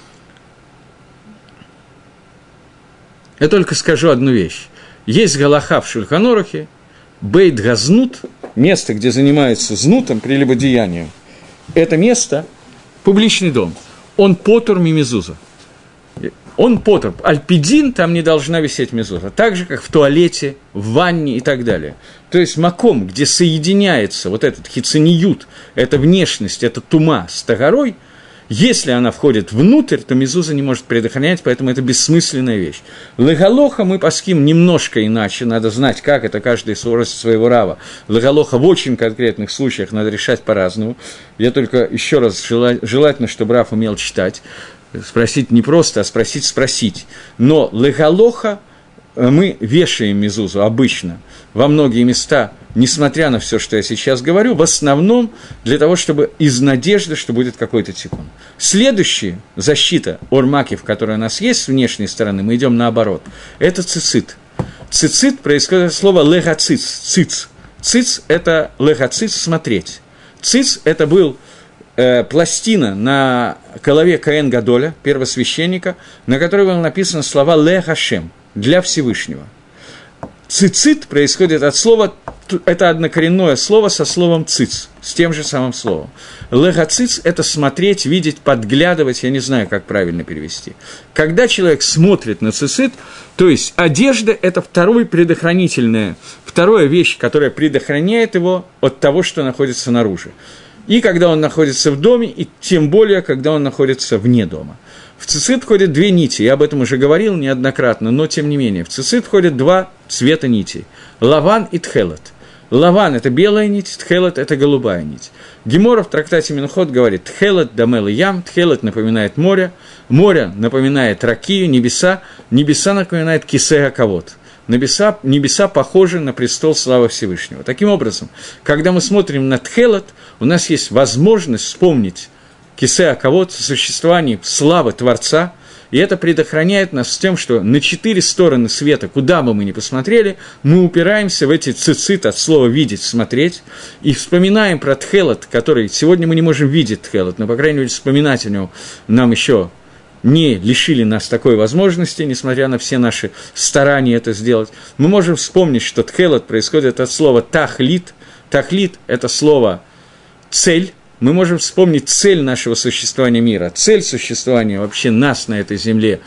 Я только скажу одну вещь. Есть галаха в Шульхан Арухе, бейт газнут, место, где занимаются знутом, прелюбодеянием. Это место – публичный дом. Он потур мимезуза. Он потур. Альпидин, там не должна висеть мезуза. Так же, как в туалете, в ванне и так далее. То есть маком, где соединяется вот этот хицениют, эта внешность, эта тума с тагорой, если она входит внутрь, то мезуза не может предохранять, поэтому это бессмысленная вещь. Легалоха мы паским немножко иначе, надо знать, как это каждый спросит своего рава. Легалоха в очень конкретных случаях надо решать по-разному. Я только еще раз желательно, чтобы рав умел читать. Спросить не просто, а спросить, спросить. Но легалоха мы вешаем мезузу обычно во многие места, несмотря на все, что я сейчас говорю, в основном для того, чтобы из надежды, что будет какой-то тикун. Следующая защита ор-макив, которая у нас есть с внешней стороны, мы идем наоборот, это цицит. Цицит происходит от слова легациц, циц. Циц – это легациц – смотреть. Циц – это был э, пластина на голове Коэн Гадоля, первосвященника, на которой было написано слова лехашем, для Всевышнего. Цицит происходит от слова, это однокоренное слово со словом циц, с тем же самым словом. Легациц – это смотреть, видеть, подглядывать, я не знаю, как правильно перевести. Когда человек смотрит на цицит, то есть одежда – это второе предохранительное, вторая вещь, которая предохраняет его от того, что находится снаружи. И когда он находится в доме, и тем более, когда он находится вне дома. В цицит входят две нити, я об этом уже говорил неоднократно, но тем не менее. В цицит входят два цвета нитей – лаван и тхелет. Лаван – это белая нить, тхелет – это голубая нить. Гемора в трактате Минхот говорит: тхелет дамел ям, тхелет напоминает море, море напоминает ракию, небеса, небеса напоминает кисея кавод. Небеса, небеса похожи на престол славы Всевышнего. Таким образом, когда мы смотрим на тхелет, у нас есть возможность вспомнить кисея кавод, существование славы Творца, и это предохраняет нас тем, что на четыре стороны света, куда бы мы ни посмотрели, мы упираемся в эти цицит от слова «видеть», «смотреть», и вспоминаем про тхелет, который сегодня мы не можем видеть тхелет, но, по крайней мере, вспоминать о нем нам еще не лишили нас такой возможности, несмотря на все наши старания это сделать. Мы можем вспомнить, что тхелет происходит от слова «тахлит». «Тахлит» – это слово «цель». Мы можем вспомнить цель нашего существования мира, цель существования вообще нас на этой земле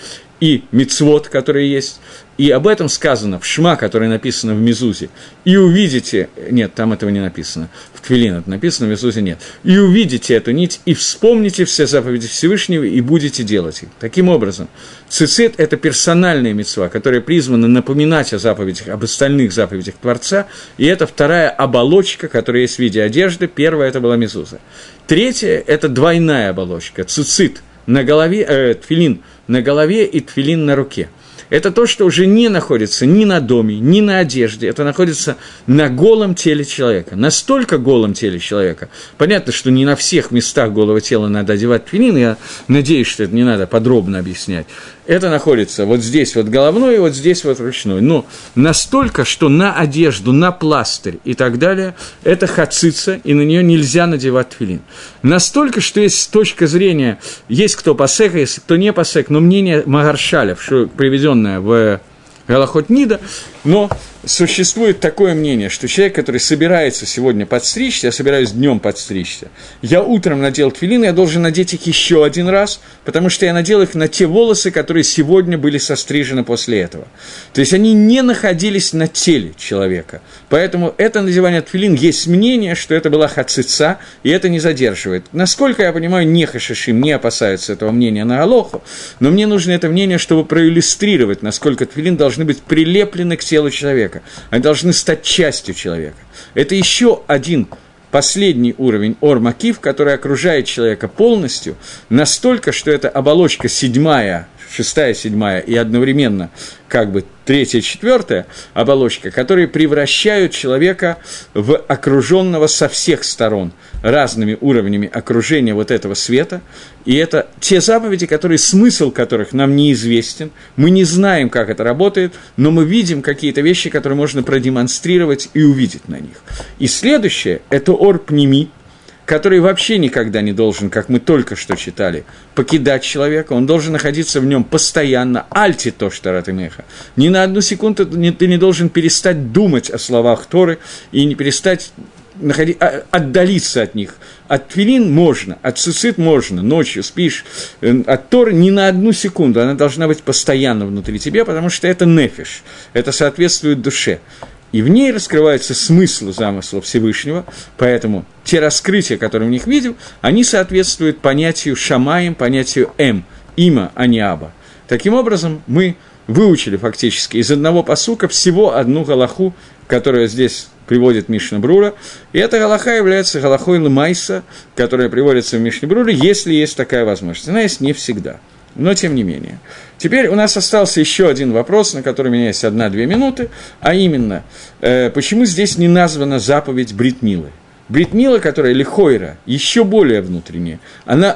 и мицвот, которые есть, и об этом сказано в Шма, которое написано в Мезузе, и увидите, нет, там этого не написано, в Тфилин это написано, в Мезузе нет, и увидите эту нить, и вспомните все заповеди Всевышнего, и будете делать их. Таким образом, цицит – это персональная мицва, которая призвана напоминать о заповедях, об остальных заповедях Творца, и это вторая оболочка, которая есть в виде одежды, первая – это была Мезуза. Третья – это двойная оболочка, цицит на голове, э, тфилин на голове и тфилин на руке. Это то, что уже не находится ни на доме, ни на одежде, это находится на голом теле человека, настолько голом теле человека. Понятно, что не на всех местах голого тела надо одевать тфилин, я надеюсь, что это не надо подробно объяснять. Это находится вот здесь вот головной, и вот здесь вот ручной. Но настолько, что на одежду, на пластырь и так далее, это хацица, и на нее нельзя надевать тфилин. Настолько, что есть с точки зрения, есть кто пасек, есть кто не пасек, но мнение Магаршаля, что приведенное в Галахот Нида, но существует такое мнение, что человек, который собирается сегодня подстричься, я собираюсь днем подстричься, я утром надел тфилин, я должен надеть их еще один раз, потому что я надел их на те волосы, которые сегодня были сострижены после этого. То есть они не находились на теле человека. Поэтому это надевание тфилин, есть мнение, что это была хацица, и это не задерживает. Насколько я понимаю, не хашишим не опасаются этого мнения на Алоху, но мне нужно это мнение, чтобы проиллюстрировать, насколько тфилин должны быть прилеплены к телу человека. Они должны стать частью человека. Это еще один последний уровень ор-макив, который окружает человека полностью, настолько, что это оболочка седьмая, шестая, седьмая и одновременно как бы третья, четвертая оболочка, которые превращают человека в окруженного со всех сторон разными уровнями окружения вот этого света. И это те заповеди, которые, смысл которых нам неизвестен, мы не знаем, как это работает, но мы видим какие-то вещи, которые можно продемонстрировать и увидеть на них. И следующее – это ор-пними, который вообще никогда не должен, как мы только что читали, покидать человека, он должен находиться в нем постоянно, альти то, что ратымеха. Ни на одну секунду ты не должен перестать думать о словах Торы и не перестать находить, отдалиться от них. От тфилин можно, от цицит можно, ночью спишь, от Торы ни на одну секунду, она должна быть постоянно внутри тебя, потому что это нефиш, это соответствует душе. И в ней раскрывается смысл замысла Всевышнего, поэтому те раскрытия, которые в них видим, они соответствуют понятию шамаим, понятию эм, има, а не аба. Таким образом, мы выучили фактически из одного пасука всего одну галаху, которая здесь приводит Мишна Брура, и эта галаха является галахой лемайса, которая приводится в Мишне Бруре, если есть такая возможность. Она есть не всегда, но тем не менее. Теперь у нас остался еще один вопрос, на который у меня есть одна-две минуты, а именно, э, почему здесь не названа заповедь Брит Милы? Брит Мила, которая лихойра, еще более внутренняя, она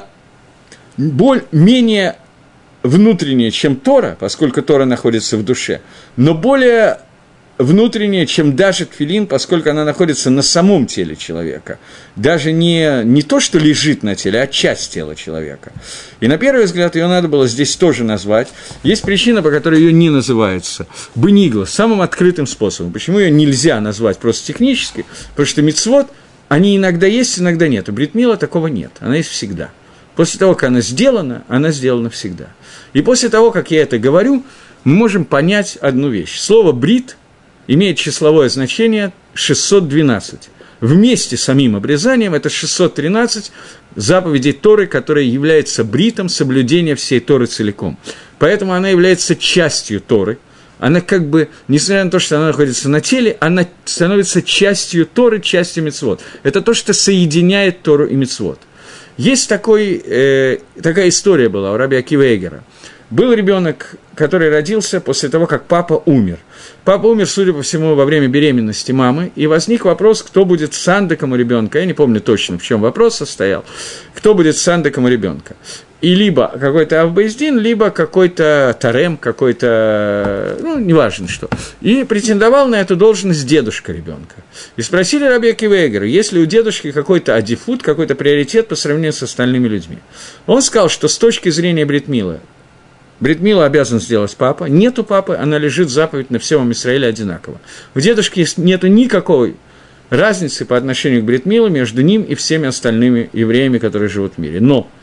более, менее внутренняя, чем Тора, поскольку Тора находится в душе, но более внутренняя, чем даже тфилин, поскольку она находится на самом теле человека. Даже не, не то, что лежит на теле, а часть тела человека. И на первый взгляд ее надо было здесь тоже назвать. Есть причина, по которой ее не называется. Бенигла, самым открытым способом. Почему ее нельзя назвать просто технически? Потому что мицвот, они иногда есть, иногда нет. У Брит Мила такого нет, она есть всегда. После того, как она сделана, она сделана всегда. И после того, как я это говорю, мы можем понять одну вещь. Слово «брит» имеет числовое значение шестьсот двенадцать. Вместе с самим обрезанием это шестьсот тринадцать заповедей Торы, которая является бритом соблюдения всей Торы целиком. Поэтому она является частью Торы. Она как бы, несмотря на то, что она находится на теле, она становится частью Торы, частью мицвот. Это то, что соединяет Тору и мицвот. Есть такой, э, такая история была у раби Акива Эйгера. Был ребенок, который родился после того, как папа умер. Папа умер, судя по всему, во время беременности мамы, и возник вопрос, кто будет сандыком у ребенка. Я не помню точно, в чем вопрос состоял. Кто будет сандыком у ребенка? И либо какой-то Авбейздин, либо какой-то Тарем, какой-то, ну, неважно что. И претендовал на эту должность дедушка ребенка. И спросили раби Акива Эйгера, есть ли у дедушки какой-то адифут, какой-то приоритет по сравнению с остальными людьми. Он сказал, что с точки зрения Брит Мила, Брит Милу обязан сделать папа, нету папы, она лежит заповедь на всем Израиле одинаково. У дедушки нету никакой разницы по отношению к Брит Милу между ним и всеми остальными евреями, которые живут в мире. Но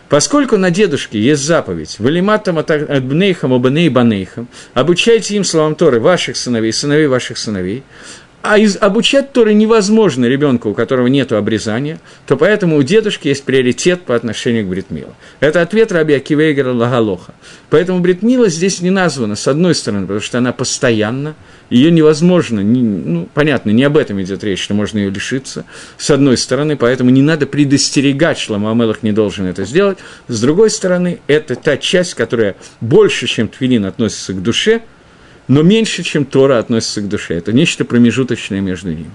Поскольку на дедушке есть заповедь «Валиматам адбнейхам обаней банейхам», обучайте им словам Торы ваших сыновей, сыновей ваших сыновей, а из, обучать Торы невозможно ребенку, у которого нет обрезания, то поэтому у дедушки есть приоритет по отношению к Брит Мила. Это ответ Раби Акива Эйгера Лагалоха. Поэтому Брит Мила здесь не названа, с одной стороны, потому что она постоянна, ее невозможно, не, ну, понятно, не об этом идет речь, что можно ее лишиться, с одной стороны, поэтому не надо предостерегать, Шломо а-Мелех не должен это сделать, с другой стороны, это та часть, которая больше, чем тфилин, относится к душе, но меньше, чем Тора относится к душе. Это нечто промежуточное между ними.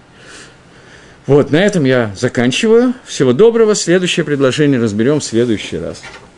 Вот, на этом я заканчиваю. Всего доброго. Следующее предложение разберем в следующий раз.